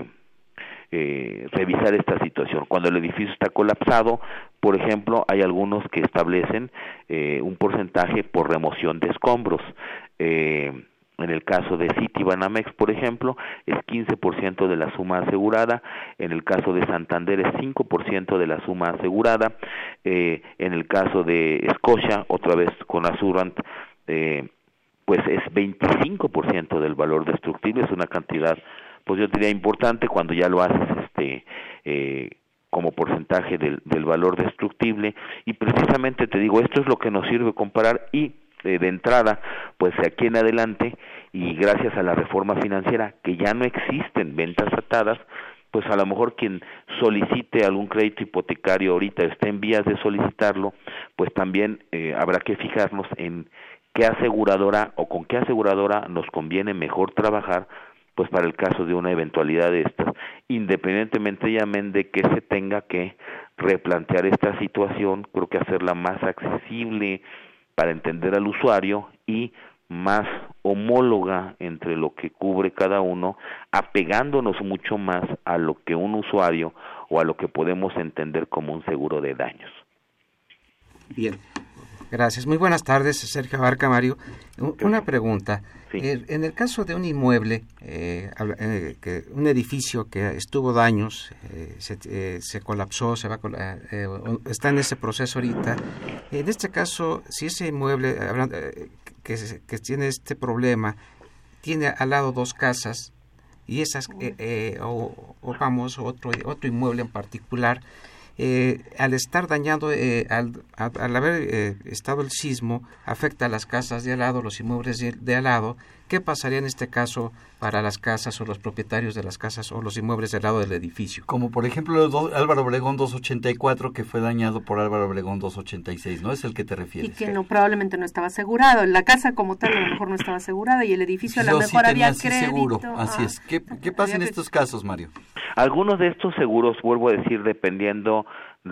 revisar esta situación. Cuando el edificio está colapsado, por ejemplo, hay algunos que establecen un porcentaje por remoción de escombros. En el caso de Citibanamex, por ejemplo, es 15% de la suma asegurada. En el caso de Santander es 5% de la suma asegurada. En el caso de Scotia, otra vez con Assurant, pues es 25% del valor destructible. Es una cantidad, pues yo diría importante cuando ya lo haces como porcentaje del valor destructible. Y precisamente te digo, esto es lo que nos sirve comparar y de entrada, pues de aquí en adelante, y gracias a la reforma financiera, que ya no existen ventas atadas, pues a lo mejor quien solicite algún crédito hipotecario ahorita, está en vías de solicitarlo, pues también habrá que fijarnos en qué aseguradora o con qué aseguradora nos conviene mejor trabajar, pues para el caso de una eventualidad de estas, independientemente de que se tenga que replantear esta situación, creo que hacerla más accesible para entender al usuario y más homóloga entre lo que cubre cada uno, apegándonos mucho más a lo que un usuario o a lo que podemos entender como un seguro de daños. Bien, gracias. Muy buenas tardes, Sergio Abarca, Mario. Una pregunta. Sí. En el caso de un inmueble, un edificio que estuvo daños, se colapsó, está en ese proceso ahorita. En este caso, si ese inmueble que tiene este problema tiene al lado dos casas y esas otro inmueble en particular, al estar dañado, al haber estado el sismo, afecta a las casas de al lado, los inmuebles de al lado. ¿Qué pasaría en este caso para las casas o los propietarios de las casas o los inmuebles del lado del edificio? Como por ejemplo Álvaro Obregón 284, que fue dañado por Álvaro Obregón 286, ¿no? Es el que te refieres. Y que probablemente no estaba asegurado. La casa como tal a lo mejor no estaba asegurada y el edificio a lo mejor había crédito. Seguro. Así es. ¿Qué pasa en estos casos, Mario? Algunos de estos seguros, vuelvo a decir, dependiendo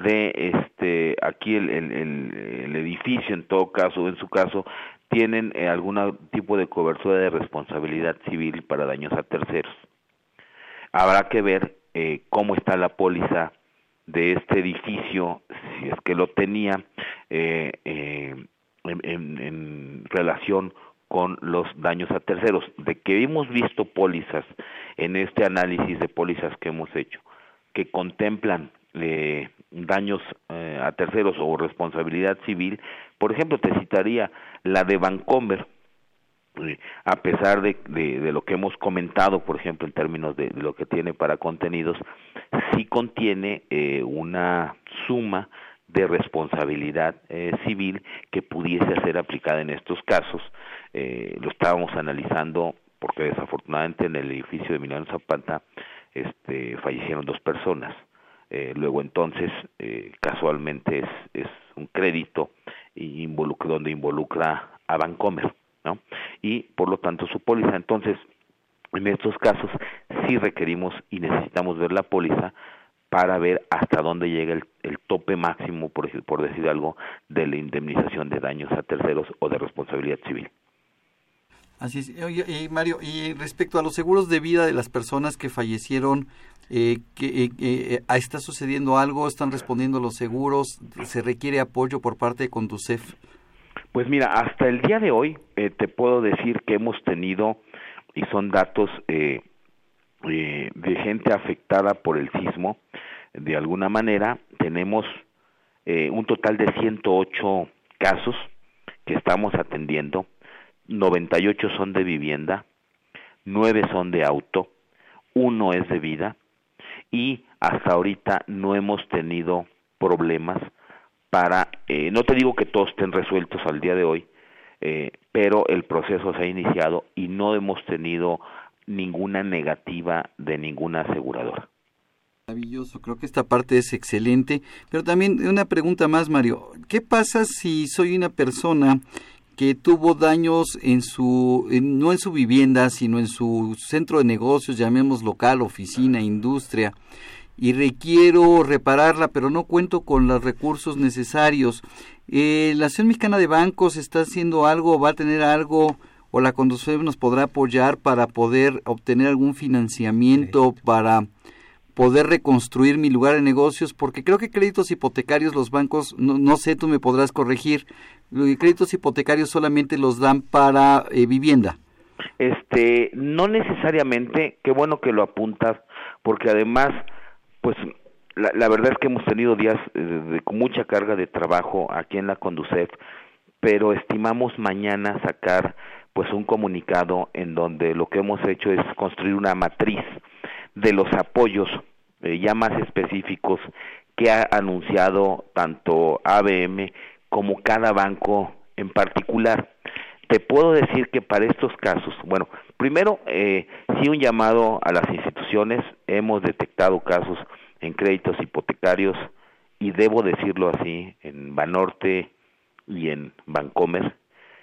de aquí el edificio, en todo caso, en su caso, tienen algún tipo de cobertura de responsabilidad civil para daños a terceros. Habrá que ver cómo está la póliza de este edificio, si es que lo tenía, en relación con los daños a terceros. De que hemos visto pólizas en este análisis de pólizas que hemos hecho, que contemplan daños a terceros o responsabilidad civil, por ejemplo, te citaría la de Vancomer, a pesar de lo que hemos comentado, por ejemplo, en términos de lo que tiene para contenidos, sí contiene una suma de responsabilidad civil que pudiese ser aplicada en estos casos. Lo estábamos analizando porque desafortunadamente en el edificio de Emiliano Zapata fallecieron 2 personas. Luego entonces casualmente es un crédito donde involucra a Vancomer, ¿no? Y por lo tanto su póliza. Entonces en estos casos sí requerimos y necesitamos ver la póliza para ver hasta dónde llega el tope máximo, por decir algo, de la indemnización de daños a terceros o de responsabilidad civil. Así es. Oye, Mario, y respecto a los seguros de vida de las personas que fallecieron, ¿está sucediendo algo? ¿Están respondiendo los seguros? ¿Se requiere apoyo por parte de Conducef? Pues mira, hasta el día de hoy te puedo decir que hemos tenido, y son datos de gente afectada por el sismo, de alguna manera, tenemos un total de 108 casos que estamos atendiendo. 98 son de vivienda, 9 son de auto, 1 es de vida, y hasta ahorita no hemos tenido problemas para, no te digo que todos estén resueltos al día de hoy, pero el proceso se ha iniciado y no hemos tenido ninguna negativa de ninguna aseguradora. Maravilloso, creo que esta parte es excelente, pero también una pregunta más, Mario. ¿Qué pasa si soy una persona que tuvo daños no en su vivienda, sino en su centro de negocios, llamemos local, oficina, industria, y requiero repararla, pero no cuento con los recursos necesarios? ¿La Asociación Mexicana de Bancos está haciendo algo, va a tener algo, o la Conducef nos podrá apoyar para poder obtener algún financiamiento para poder reconstruir mi lugar de negocios? Porque creo que créditos hipotecarios los bancos, no sé, tú me podrás corregir, créditos hipotecarios solamente los dan para vivienda. No necesariamente, qué bueno que lo apuntas, porque además, pues la verdad es que hemos tenido días con mucha carga de trabajo aquí en la Conducef, pero estimamos mañana sacar pues un comunicado en donde lo que hemos hecho es construir una matriz de los apoyos ya más específicos que ha anunciado tanto ABM como cada banco en particular. Te puedo decir que para estos casos, bueno, primero, sí un llamado a las instituciones. Hemos detectado casos en créditos hipotecarios y debo decirlo así, en Banorte y en Vancomer,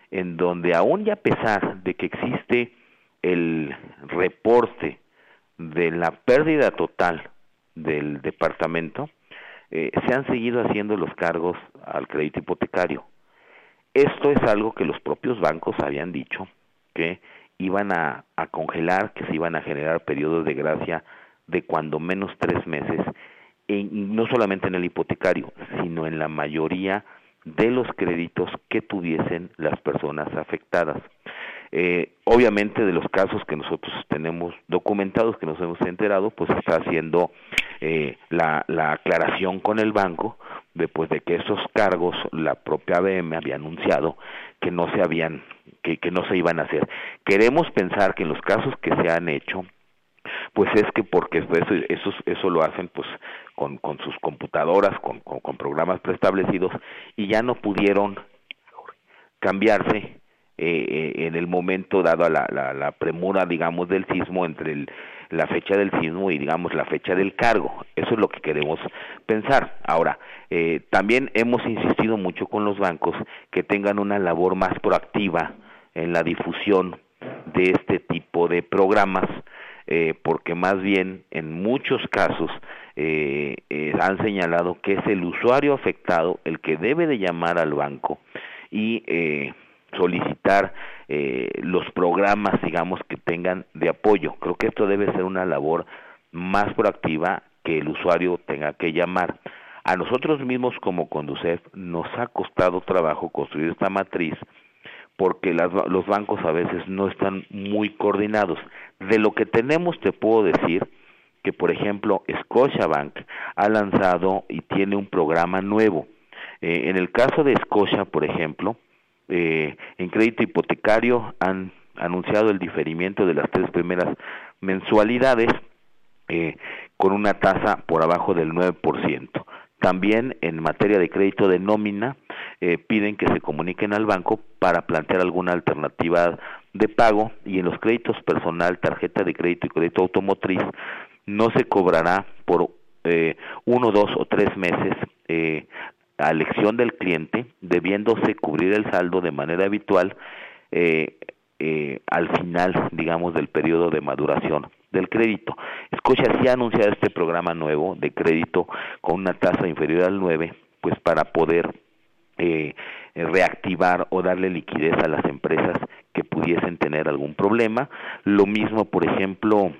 en donde aún y a pesar de que existe el reporte de la pérdida total del departamento, se han seguido haciendo los cargos al crédito hipotecario. Esto es algo que los propios bancos habían dicho, que iban a congelar, que se iban a generar periodos de gracia de cuando menos 3 meses, y no solamente en el hipotecario, sino en la mayoría de los créditos que tuviesen las personas afectadas. Obviamente, de los casos que nosotros tenemos documentados, que nos hemos enterado, pues está haciendo la aclaración con el banco de que esos cargos, la propia ABM había anunciado que no se habían, que no se iban a hacer. Queremos pensar que en los casos que se han hecho, pues es que porque eso lo hacen pues con sus computadoras, con programas preestablecidos, y ya no pudieron cambiarse en el momento dado a la premura, digamos, del sismo, entre la fecha del sismo y, digamos, la fecha del cargo. Eso es lo que queremos pensar. Ahora, también hemos insistido mucho con los bancos que tengan una labor más proactiva en la difusión de este tipo de programas, porque más bien en muchos casos han señalado que es el usuario afectado el que debe de llamar al banco y solicitar los programas, digamos, que tengan de apoyo. Creo que esto debe ser una labor más proactiva, que el usuario tenga que llamar. A nosotros mismos como Conducef nos ha costado trabajo construir esta matriz, porque los bancos a veces no están muy coordinados. De lo que tenemos te puedo decir que, por ejemplo, Scotiabank ha lanzado y tiene un programa nuevo. En el caso de Scotia, por ejemplo, en crédito hipotecario han anunciado el diferimiento de las 3 primeras mensualidades con una tasa por abajo del 9%. También en materia de crédito de nómina piden que se comuniquen al banco para plantear alguna alternativa de pago, y en los créditos personal, tarjeta de crédito y crédito automotriz no se cobrará por 1, 2 o 3 meses a elección del cliente, debiéndose cubrir el saldo de manera habitual al final, digamos, del periodo de maduración del crédito. Scotia sí ha anunciado este programa nuevo de crédito con una tasa inferior al 9, pues para poder reactivar o darle liquidez a las empresas que pudiesen tener algún problema. Lo mismo, por ejemplo,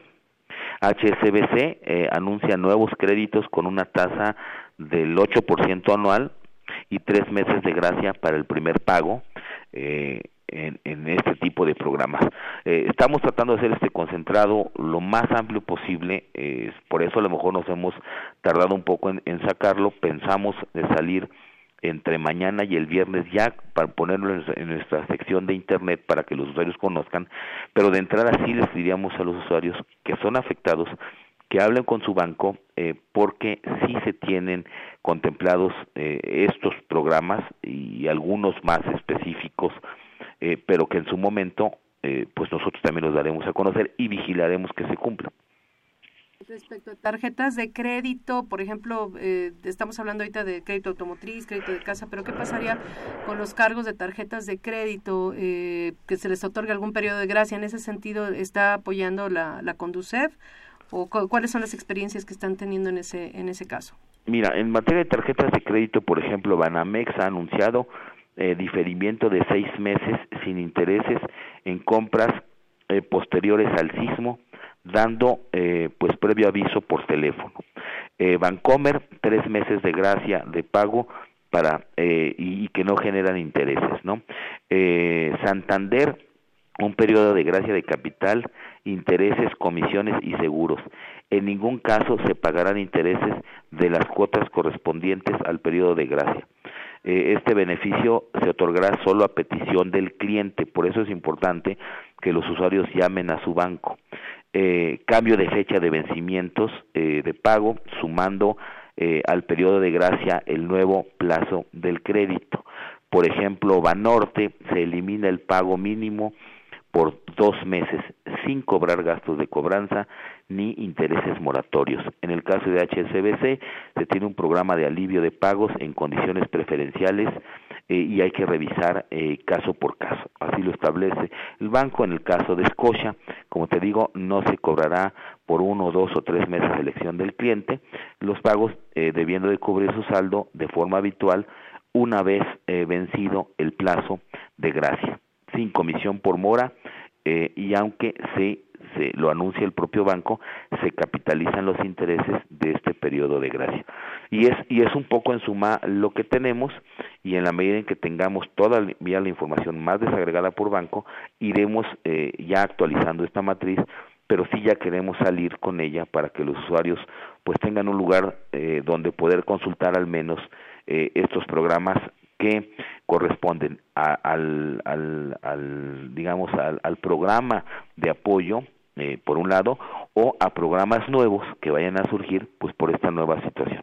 HSBC anuncia nuevos créditos con una tasa del 8% anual y 3 meses de gracia para el primer pago en este tipo de programas. Estamos tratando de hacer este concentrado lo más amplio posible, por eso a lo mejor nos hemos tardado un poco en sacarlo. Pensamos de salir entre mañana y el viernes ya para ponerlo en nuestra sección de internet para que los usuarios conozcan, pero de entrada sí les diríamos a los usuarios que son afectados que hablen con su banco, porque sí se tienen contemplados estos programas y algunos más específicos, pero que en su momento pues nosotros también los daremos a conocer y vigilaremos que se cumplan. Respecto a tarjetas de crédito, por ejemplo, estamos hablando ahorita de crédito automotriz, crédito de casa, pero ¿qué pasaría con los cargos de tarjetas de crédito que se les otorga algún periodo de gracia? En ese sentido, ¿está apoyando la Conducef? ¿O cuáles son las experiencias que están teniendo en ese caso? Mira, en materia de tarjetas de crédito, por ejemplo, Banamex ha anunciado diferimiento de 6 meses sin intereses en compras posteriores al sismo, dando pues previo aviso por teléfono. Bancomer, 3 meses de gracia de pago para y que no generan intereses, ¿no? Santander, un periodo de gracia de capital, intereses, comisiones y seguros. En ningún caso se pagarán intereses de las cuotas correspondientes al periodo de gracia. Este beneficio se otorgará solo a petición del cliente, por eso es importante que los usuarios llamen a su banco. Cambio de fecha de vencimientos de pago, sumando al periodo de gracia el nuevo plazo del crédito. Por ejemplo, Banorte, se elimina el pago mínimo por 2 meses sin cobrar gastos de cobranza ni intereses moratorios. En el caso de HSBC se tiene un programa de alivio de pagos en condiciones preferenciales y hay que revisar caso por caso. Así lo establece el banco. En el caso de Scotia, como te digo, no se cobrará por 1, 2 o 3 meses de elección del cliente los pagos, debiendo de cubrir su saldo de forma habitual una vez vencido el plazo de gracia, sin comisión por mora, y aunque se lo anuncia el propio banco, se capitalizan los intereses de este periodo de gracia. Y es un poco en suma lo que tenemos, y en la medida en que tengamos todavía la información más desagregada por banco, iremos ya actualizando esta matriz, pero sí ya queremos salir con ella para que los usuarios pues tengan un lugar donde poder consultar al menos estos programas que corresponden al programa de apoyo, por un lado, o a programas nuevos que vayan a surgir pues por esta nueva situación.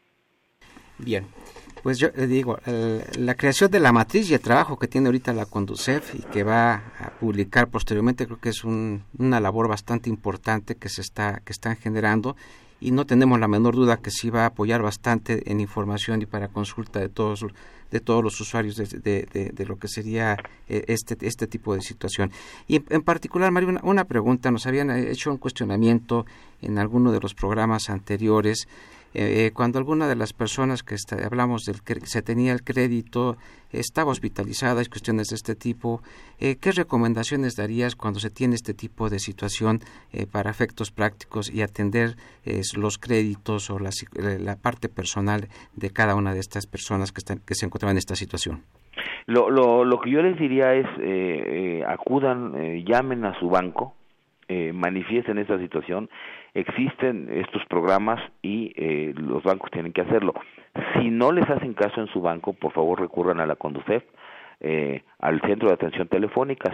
Bien, pues yo digo, la creación de la matriz y el trabajo que tiene ahorita la Conducef y que va a publicar posteriormente, creo que es una labor bastante importante que están generando, y no tenemos la menor duda que sí va a apoyar bastante en información y para consulta de todos los usuarios de lo que sería este tipo de situación. Y en particular, Mario, una pregunta. Nos habían hecho un cuestionamiento en alguno de los programas anteriores, cuando alguna de las personas que hablamos se tenía el crédito, estaba hospitalizada y cuestiones de este tipo, ¿qué recomendaciones darías cuando se tiene este tipo de situación para efectos prácticos y atender los créditos o la parte personal de cada una de estas personas que se encontraban en esta situación? Lo que yo les diría es acudan, llamen a su banco, manifiesten esta situación. Existen estos programas y los bancos tienen que hacerlo. Si no les hacen caso en su banco, por favor recurran a la Conducef, al centro de atención telefónica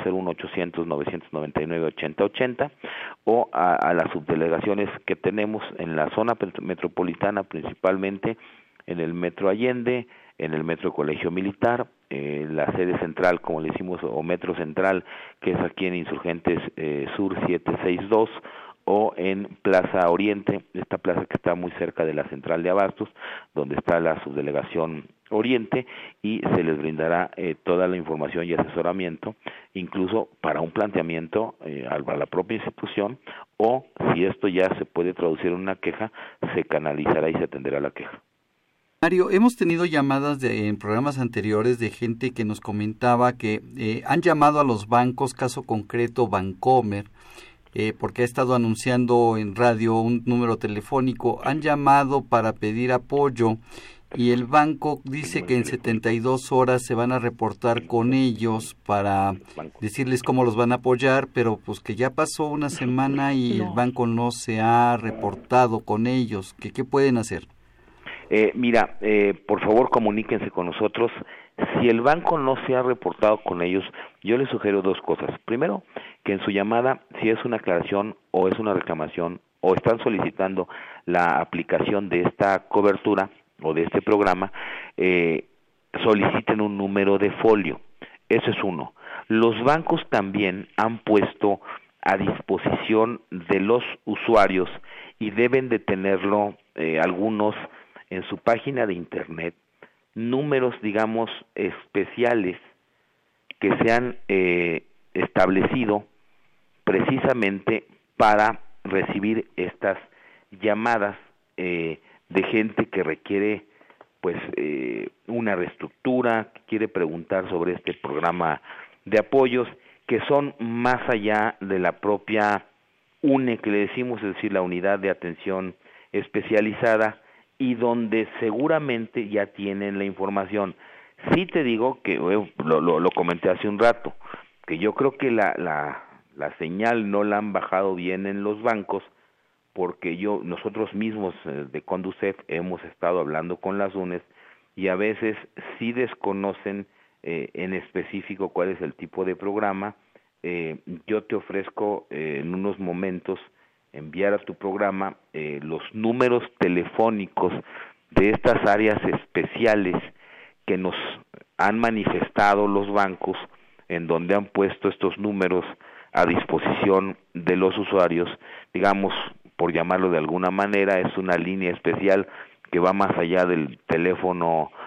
01800-999-8080 o a las subdelegaciones que tenemos en la zona metropolitana, principalmente en el Metro Allende, en el Metro Colegio Militar, la sede central, como le decimos, o Metro Central, que es aquí en Insurgentes Sur 762, o en Plaza Oriente, esta plaza que está muy cerca de la central de Abastos, donde está la subdelegación Oriente, y se les brindará toda la información y asesoramiento, incluso para un planteamiento a la propia institución, o si esto ya se puede traducir en una queja, se canalizará y se atenderá la queja. Mario, hemos tenido llamadas en programas anteriores de gente que nos comentaba que han llamado a los bancos, caso concreto Bancomer, porque ha estado anunciando en radio un número telefónico, han llamado para pedir apoyo y el banco dice que en 72 horas se van a reportar con ellos para decirles cómo los van a apoyar, pero pues que ya pasó una semana y el banco no se ha reportado con ellos. ¿Qué pueden hacer? Mira, por favor comuníquense con nosotros. Si el banco no se ha reportado con ellos, yo les sugiero dos cosas. Primero, que en su llamada, si es una aclaración o es una reclamación o están solicitando la aplicación de esta cobertura o de este programa, soliciten un número de folio. Eso es uno. Los bancos también han puesto a disposición de los usuarios y deben de tenerlo algunos en su página de internet, números, digamos, especiales que se han establecido precisamente para recibir estas llamadas de gente que requiere pues una reestructura, que quiere preguntar sobre este programa de apoyos, que son más allá de la propia UNE que le decimos, es decir, la unidad de atención especializada, y donde seguramente ya tienen la información. Sí te digo que lo comenté hace un rato, que yo creo que la señal no la han bajado bien en los bancos, porque nosotros mismos de Conducef hemos estado hablando con las UNES y a veces sí desconocen en específico cuál es el tipo de programa. Yo te ofrezco en unos momentos enviar a tu programa los números telefónicos de estas áreas especiales que nos han manifestado los bancos, en donde han puesto estos números a disposición de los usuarios, digamos, por llamarlo de alguna manera, es una línea especial que va más allá del teléfono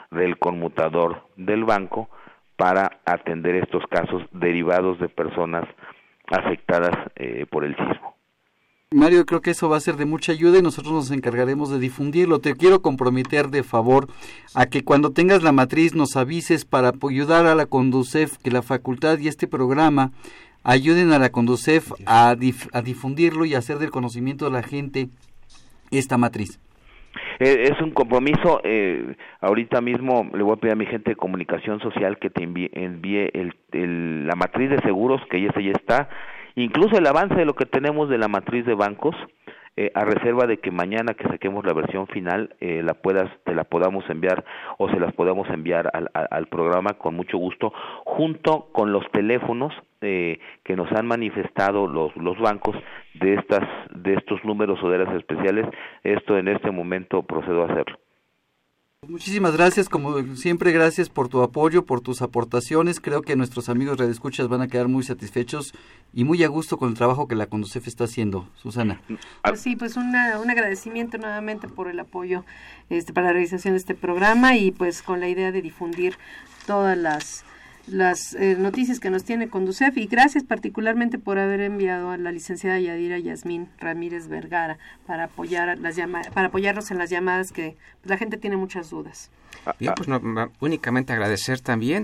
del conmutador del banco para atender estos casos derivados de personas afectadas por el sismo. Mario, creo que eso va a ser de mucha ayuda y nosotros nos encargaremos de difundirlo. Te quiero comprometer de favor a que cuando tengas la matriz nos avises para ayudar a la Conducef, que la facultad y este programa ayuden a la Conducef a difundirlo y hacer del conocimiento de la gente esta matriz. Es un compromiso. Ahorita mismo le voy a pedir a mi gente de comunicación social que te envíe la matriz de seguros, que esa ya está, incluso el avance de lo que tenemos de la matriz de bancos, a reserva de que mañana que saquemos la versión final te la podamos enviar o se las podamos enviar al programa con mucho gusto, junto con los teléfonos que nos han manifestado los bancos de estos números o de las especiales. Esto en este momento procedo a hacerlo. Muchísimas gracias, como siempre, gracias por tu apoyo, por tus aportaciones. Creo que nuestros amigos radioescuchas van a quedar muy satisfechos y muy a gusto con el trabajo que la Conducef está haciendo. Susana. Pues sí, pues un agradecimiento nuevamente por el apoyo para la realización de este programa y pues con la idea de difundir todas las noticias que nos tiene Conducef, y gracias particularmente por haber enviado a la licenciada Yadira Yasmín Ramírez Vergara para apoyarnos en las llamadas, que pues, la gente tiene muchas dudas. Bien, pues únicamente agradecer también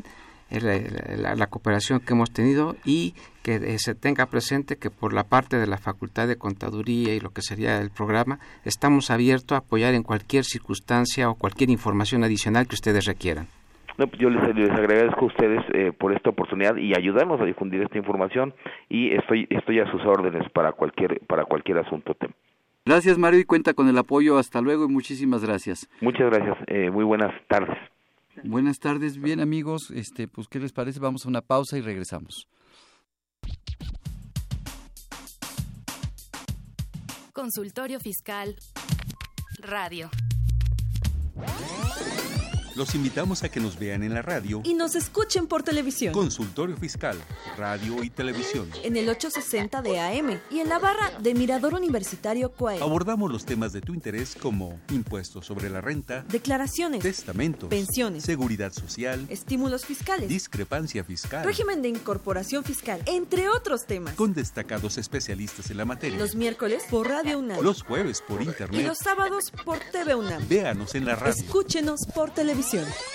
la cooperación que hemos tenido y que se tenga presente que por la parte de la Facultad de Contaduría y lo que sería el programa, estamos abiertos a apoyar en cualquier circunstancia o cualquier información adicional que ustedes requieran. No, pues yo les agradezco a ustedes por esta oportunidad y ayudarnos a difundir esta información, y estoy a sus órdenes para cualquier asunto. Gracias, Mario, y cuenta con el apoyo. Hasta luego y muchísimas gracias. Muchas gracias. Muy buenas tardes. Buenas tardes. Bien, amigos, pues ¿qué les parece? Vamos a una pausa y regresamos. Consultorio Fiscal Radio. Los invitamos a que nos vean en la radio y nos escuchen por televisión. Consultorio Fiscal, radio y televisión. En el 860 de AM y en la barra de Mirador Universitario Coahuila. Abordamos los temas de tu interés como impuestos sobre la renta, declaraciones, testamentos, pensiones, seguridad social, estímulos fiscales, discrepancia fiscal, régimen de incorporación fiscal, entre otros temas. Con destacados especialistas en la materia. Los miércoles por Radio UNAM. Los jueves por internet. Y los sábados por TV UNAM. Véanos en la radio. Escúchenos por televisión.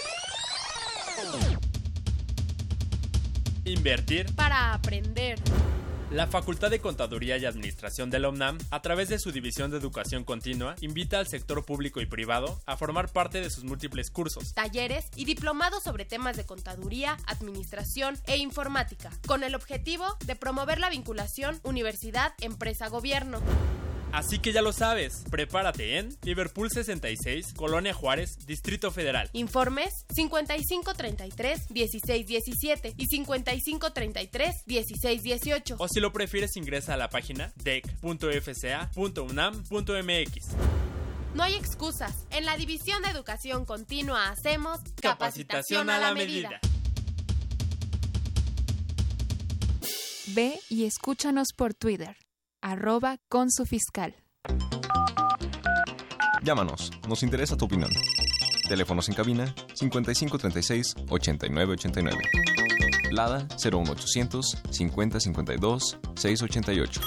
Invertir para aprender. La Facultad de Contaduría y Administración de la UNAM, a través de su División de Educación Continua, invita al sector público y privado a formar parte de sus múltiples cursos, talleres y diplomados sobre temas de contaduría, administración e informática, con el objetivo de promover la vinculación universidad-empresa-gobierno. Así que ya lo sabes, prepárate en Liverpool 66, Colonia Juárez, Distrito Federal. Informes 5533-1617 y 5533-1618. O si lo prefieres, ingresa a la página dec.fca.unam.mx. No hay excusas. En la División de Educación Continua hacemos capacitación a la medida. Ve y escúchanos por Twitter. @consufiscal. Llámanos, nos interesa tu opinión. Teléfonos en cabina 5536-8989. Lada 01800 5052 688.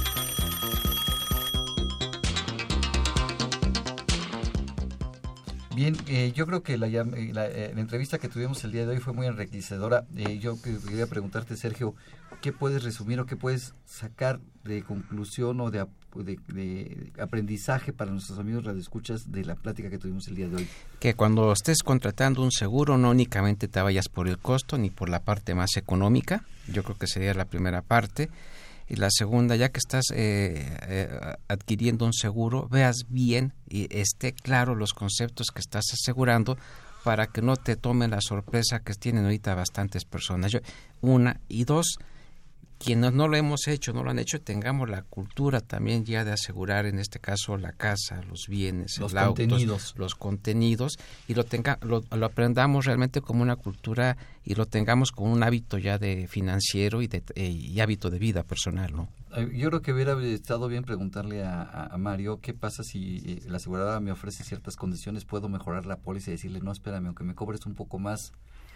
Bien, yo creo que la entrevista que tuvimos el día de hoy fue muy enriquecedora. Yo quería preguntarte, Sergio, ¿qué puedes resumir o qué puedes sacar de conclusión o de aprendizaje para nuestros amigos radioescuchas de la plática que tuvimos el día de hoy? Que cuando estés contratando un seguro no únicamente te vayas por el costo ni por la parte más económica. Yo creo que sería la primera parte. Y la segunda, ya que estás adquiriendo un seguro, veas bien y esté claro los conceptos que estás asegurando para que no te tomen la sorpresa que tienen ahorita bastantes personas. Una y dos, quienes no lo hemos hecho, no lo han hecho, tengamos la cultura también ya de asegurar, en este caso, la casa, los bienes, los contenidos. Los contenidos, y lo aprendamos realmente como una cultura y lo tengamos como un hábito ya de financiero y hábito de vida personal, ¿no? Yo creo que hubiera estado bien preguntarle a Mario qué pasa si la aseguradora me ofrece ciertas condiciones, puedo mejorar la póliza y decirle, no, espérame, aunque me cobres un poco más,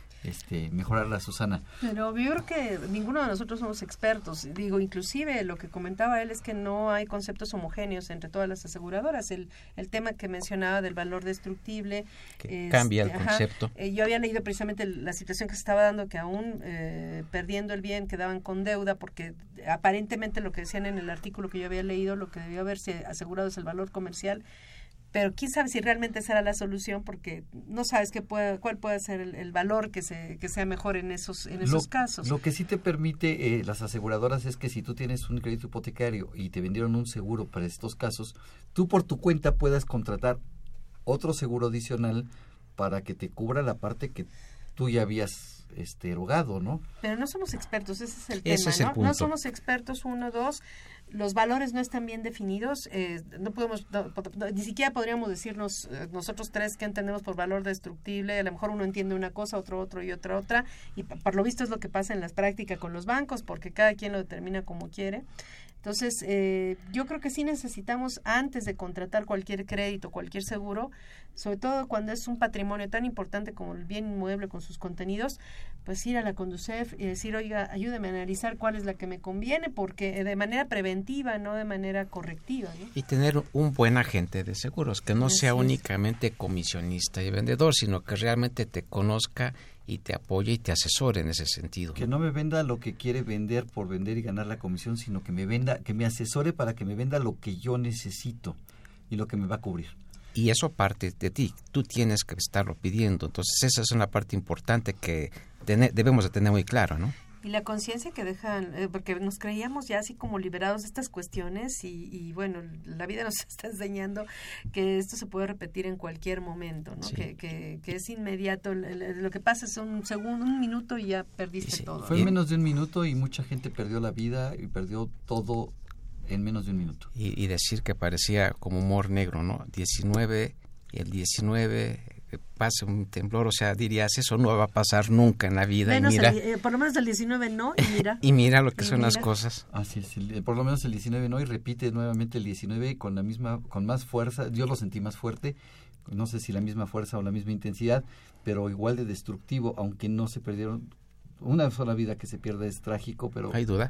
mejorarla, Susana. Pero yo creo que ninguno de nosotros somos expertos. Digo, inclusive lo que comentaba él es que no hay conceptos homogéneos entre todas las aseguradoras. El tema que mencionaba del valor destructible que cambia el concepto. Yo había leído precisamente la situación que se estaba dando, que aún perdiendo el bien quedaban con deuda, porque aparentemente lo que decían en el artículo que yo había leído, lo que debió haberse asegurado es el valor comercial. Pero quién sabe si realmente será la solución, porque no sabes cuál puede ser el valor que sea mejor en esos casos. Lo que sí te permite las aseguradoras es que si tú tienes un crédito hipotecario y te vendieron un seguro para estos casos, tú por tu cuenta puedas contratar otro seguro adicional para que te cubra la parte que tú ya habías erogado, ¿no? Pero no somos expertos, ese es el ese tema, es ¿no? No somos expertos, 1, 2, los valores no están bien definidos, no podemos, ni siquiera podríamos decirnos nosotros tres qué entendemos por valor destructible. A lo mejor uno entiende una cosa, otro y otra, y por lo visto es lo que pasa en las prácticas con los bancos, porque cada quien lo determina como quiere. Entonces, yo creo que sí necesitamos, antes de contratar cualquier crédito, cualquier seguro, sobre todo cuando es un patrimonio tan importante como el bien inmueble con sus contenidos, pues ir a la Conducef y decir, oiga, ayúdeme a analizar cuál es la que me conviene, porque de manera preventiva, no de manera correctiva, ¿no? Y tener un buen agente de seguros, que no sea únicamente comisionista y vendedor, sino que realmente te conozca y te apoye y te asesore en ese sentido. Que no me venda lo que quiere vender por vender y ganar la comisión, sino que me asesore para que me venda lo que yo necesito y lo que me va a cubrir. Y eso parte de ti, tú tienes que estarlo pidiendo. Entonces esa es una parte importante que debemos de tener muy claro, ¿no? Y la conciencia que dejan, porque nos creíamos ya así como liberados de estas cuestiones y bueno, la vida nos está enseñando que esto se puede repetir en cualquier momento, ¿no? Sí. Que es inmediato, lo que pasa es un segundo, un minuto y ya perdiste todo. Fue menos de un minuto y mucha gente perdió la vida y perdió todo en menos de un minuto. Y decir que parecía como humor negro, ¿no? 19, el 19... pase un temblor, o sea, dirías, eso no va a pasar nunca en la vida. Menos y mira, por lo menos el 19 no, y mira. y mira lo que son las cosas. Así es, por lo menos el 19 no, y repite nuevamente el 19 con más fuerza. Yo lo sentí más fuerte, no sé si la misma fuerza o la misma intensidad, pero igual de destructivo, aunque no se perdieron. Una sola vida que se pierde es trágico, pero ¿hay duda?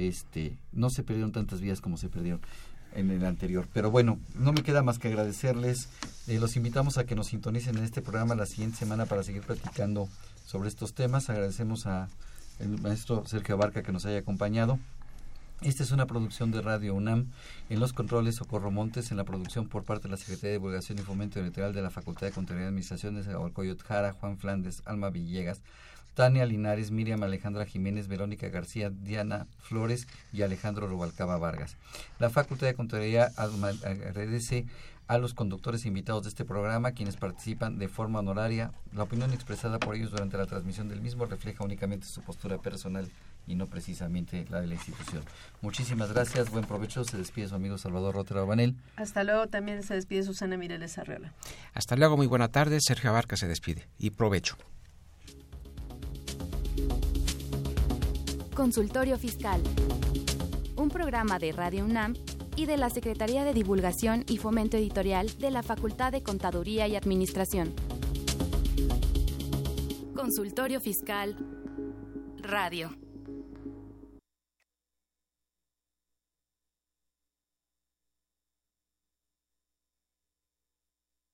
No se perdieron tantas vidas como se perdieron en el anterior. Pero bueno, no me queda más que agradecerles. Los invitamos a que nos sintonicen en este programa la siguiente semana para seguir platicando sobre estos temas. Agradecemos a el maestro Sergio Abarca que nos haya acompañado. Esta es una producción de Radio UNAM. En los controles, Socorro Montes. En la producción por parte de la Secretaría de Divulgación y Fomento Editorial de la Facultad de Contaduría y Administración de Zahualcóyotl Jara, Juan Flandes, Alma Villegas, Tania Linares, Miriam Alejandra Jiménez, Verónica García, Diana Flores y Alejandro Rubalcaba Vargas. La Facultad de Contaduría agradece a los conductores invitados de este programa, quienes participan de forma honoraria. La opinión expresada por ellos durante la transmisión del mismo refleja únicamente su postura personal y no precisamente la de la institución. Muchísimas gracias, buen provecho. Se despide su amigo Salvador Rotero Banel. Hasta luego, también se despide Susana Mireles Arreola. Hasta luego, muy buena tarde. Sergio Abarca se despide y provecho. Consultorio Fiscal, un programa de Radio UNAM y de la Secretaría de Divulgación y Fomento Editorial de la Facultad de Contaduría y Administración. Consultorio Fiscal Radio.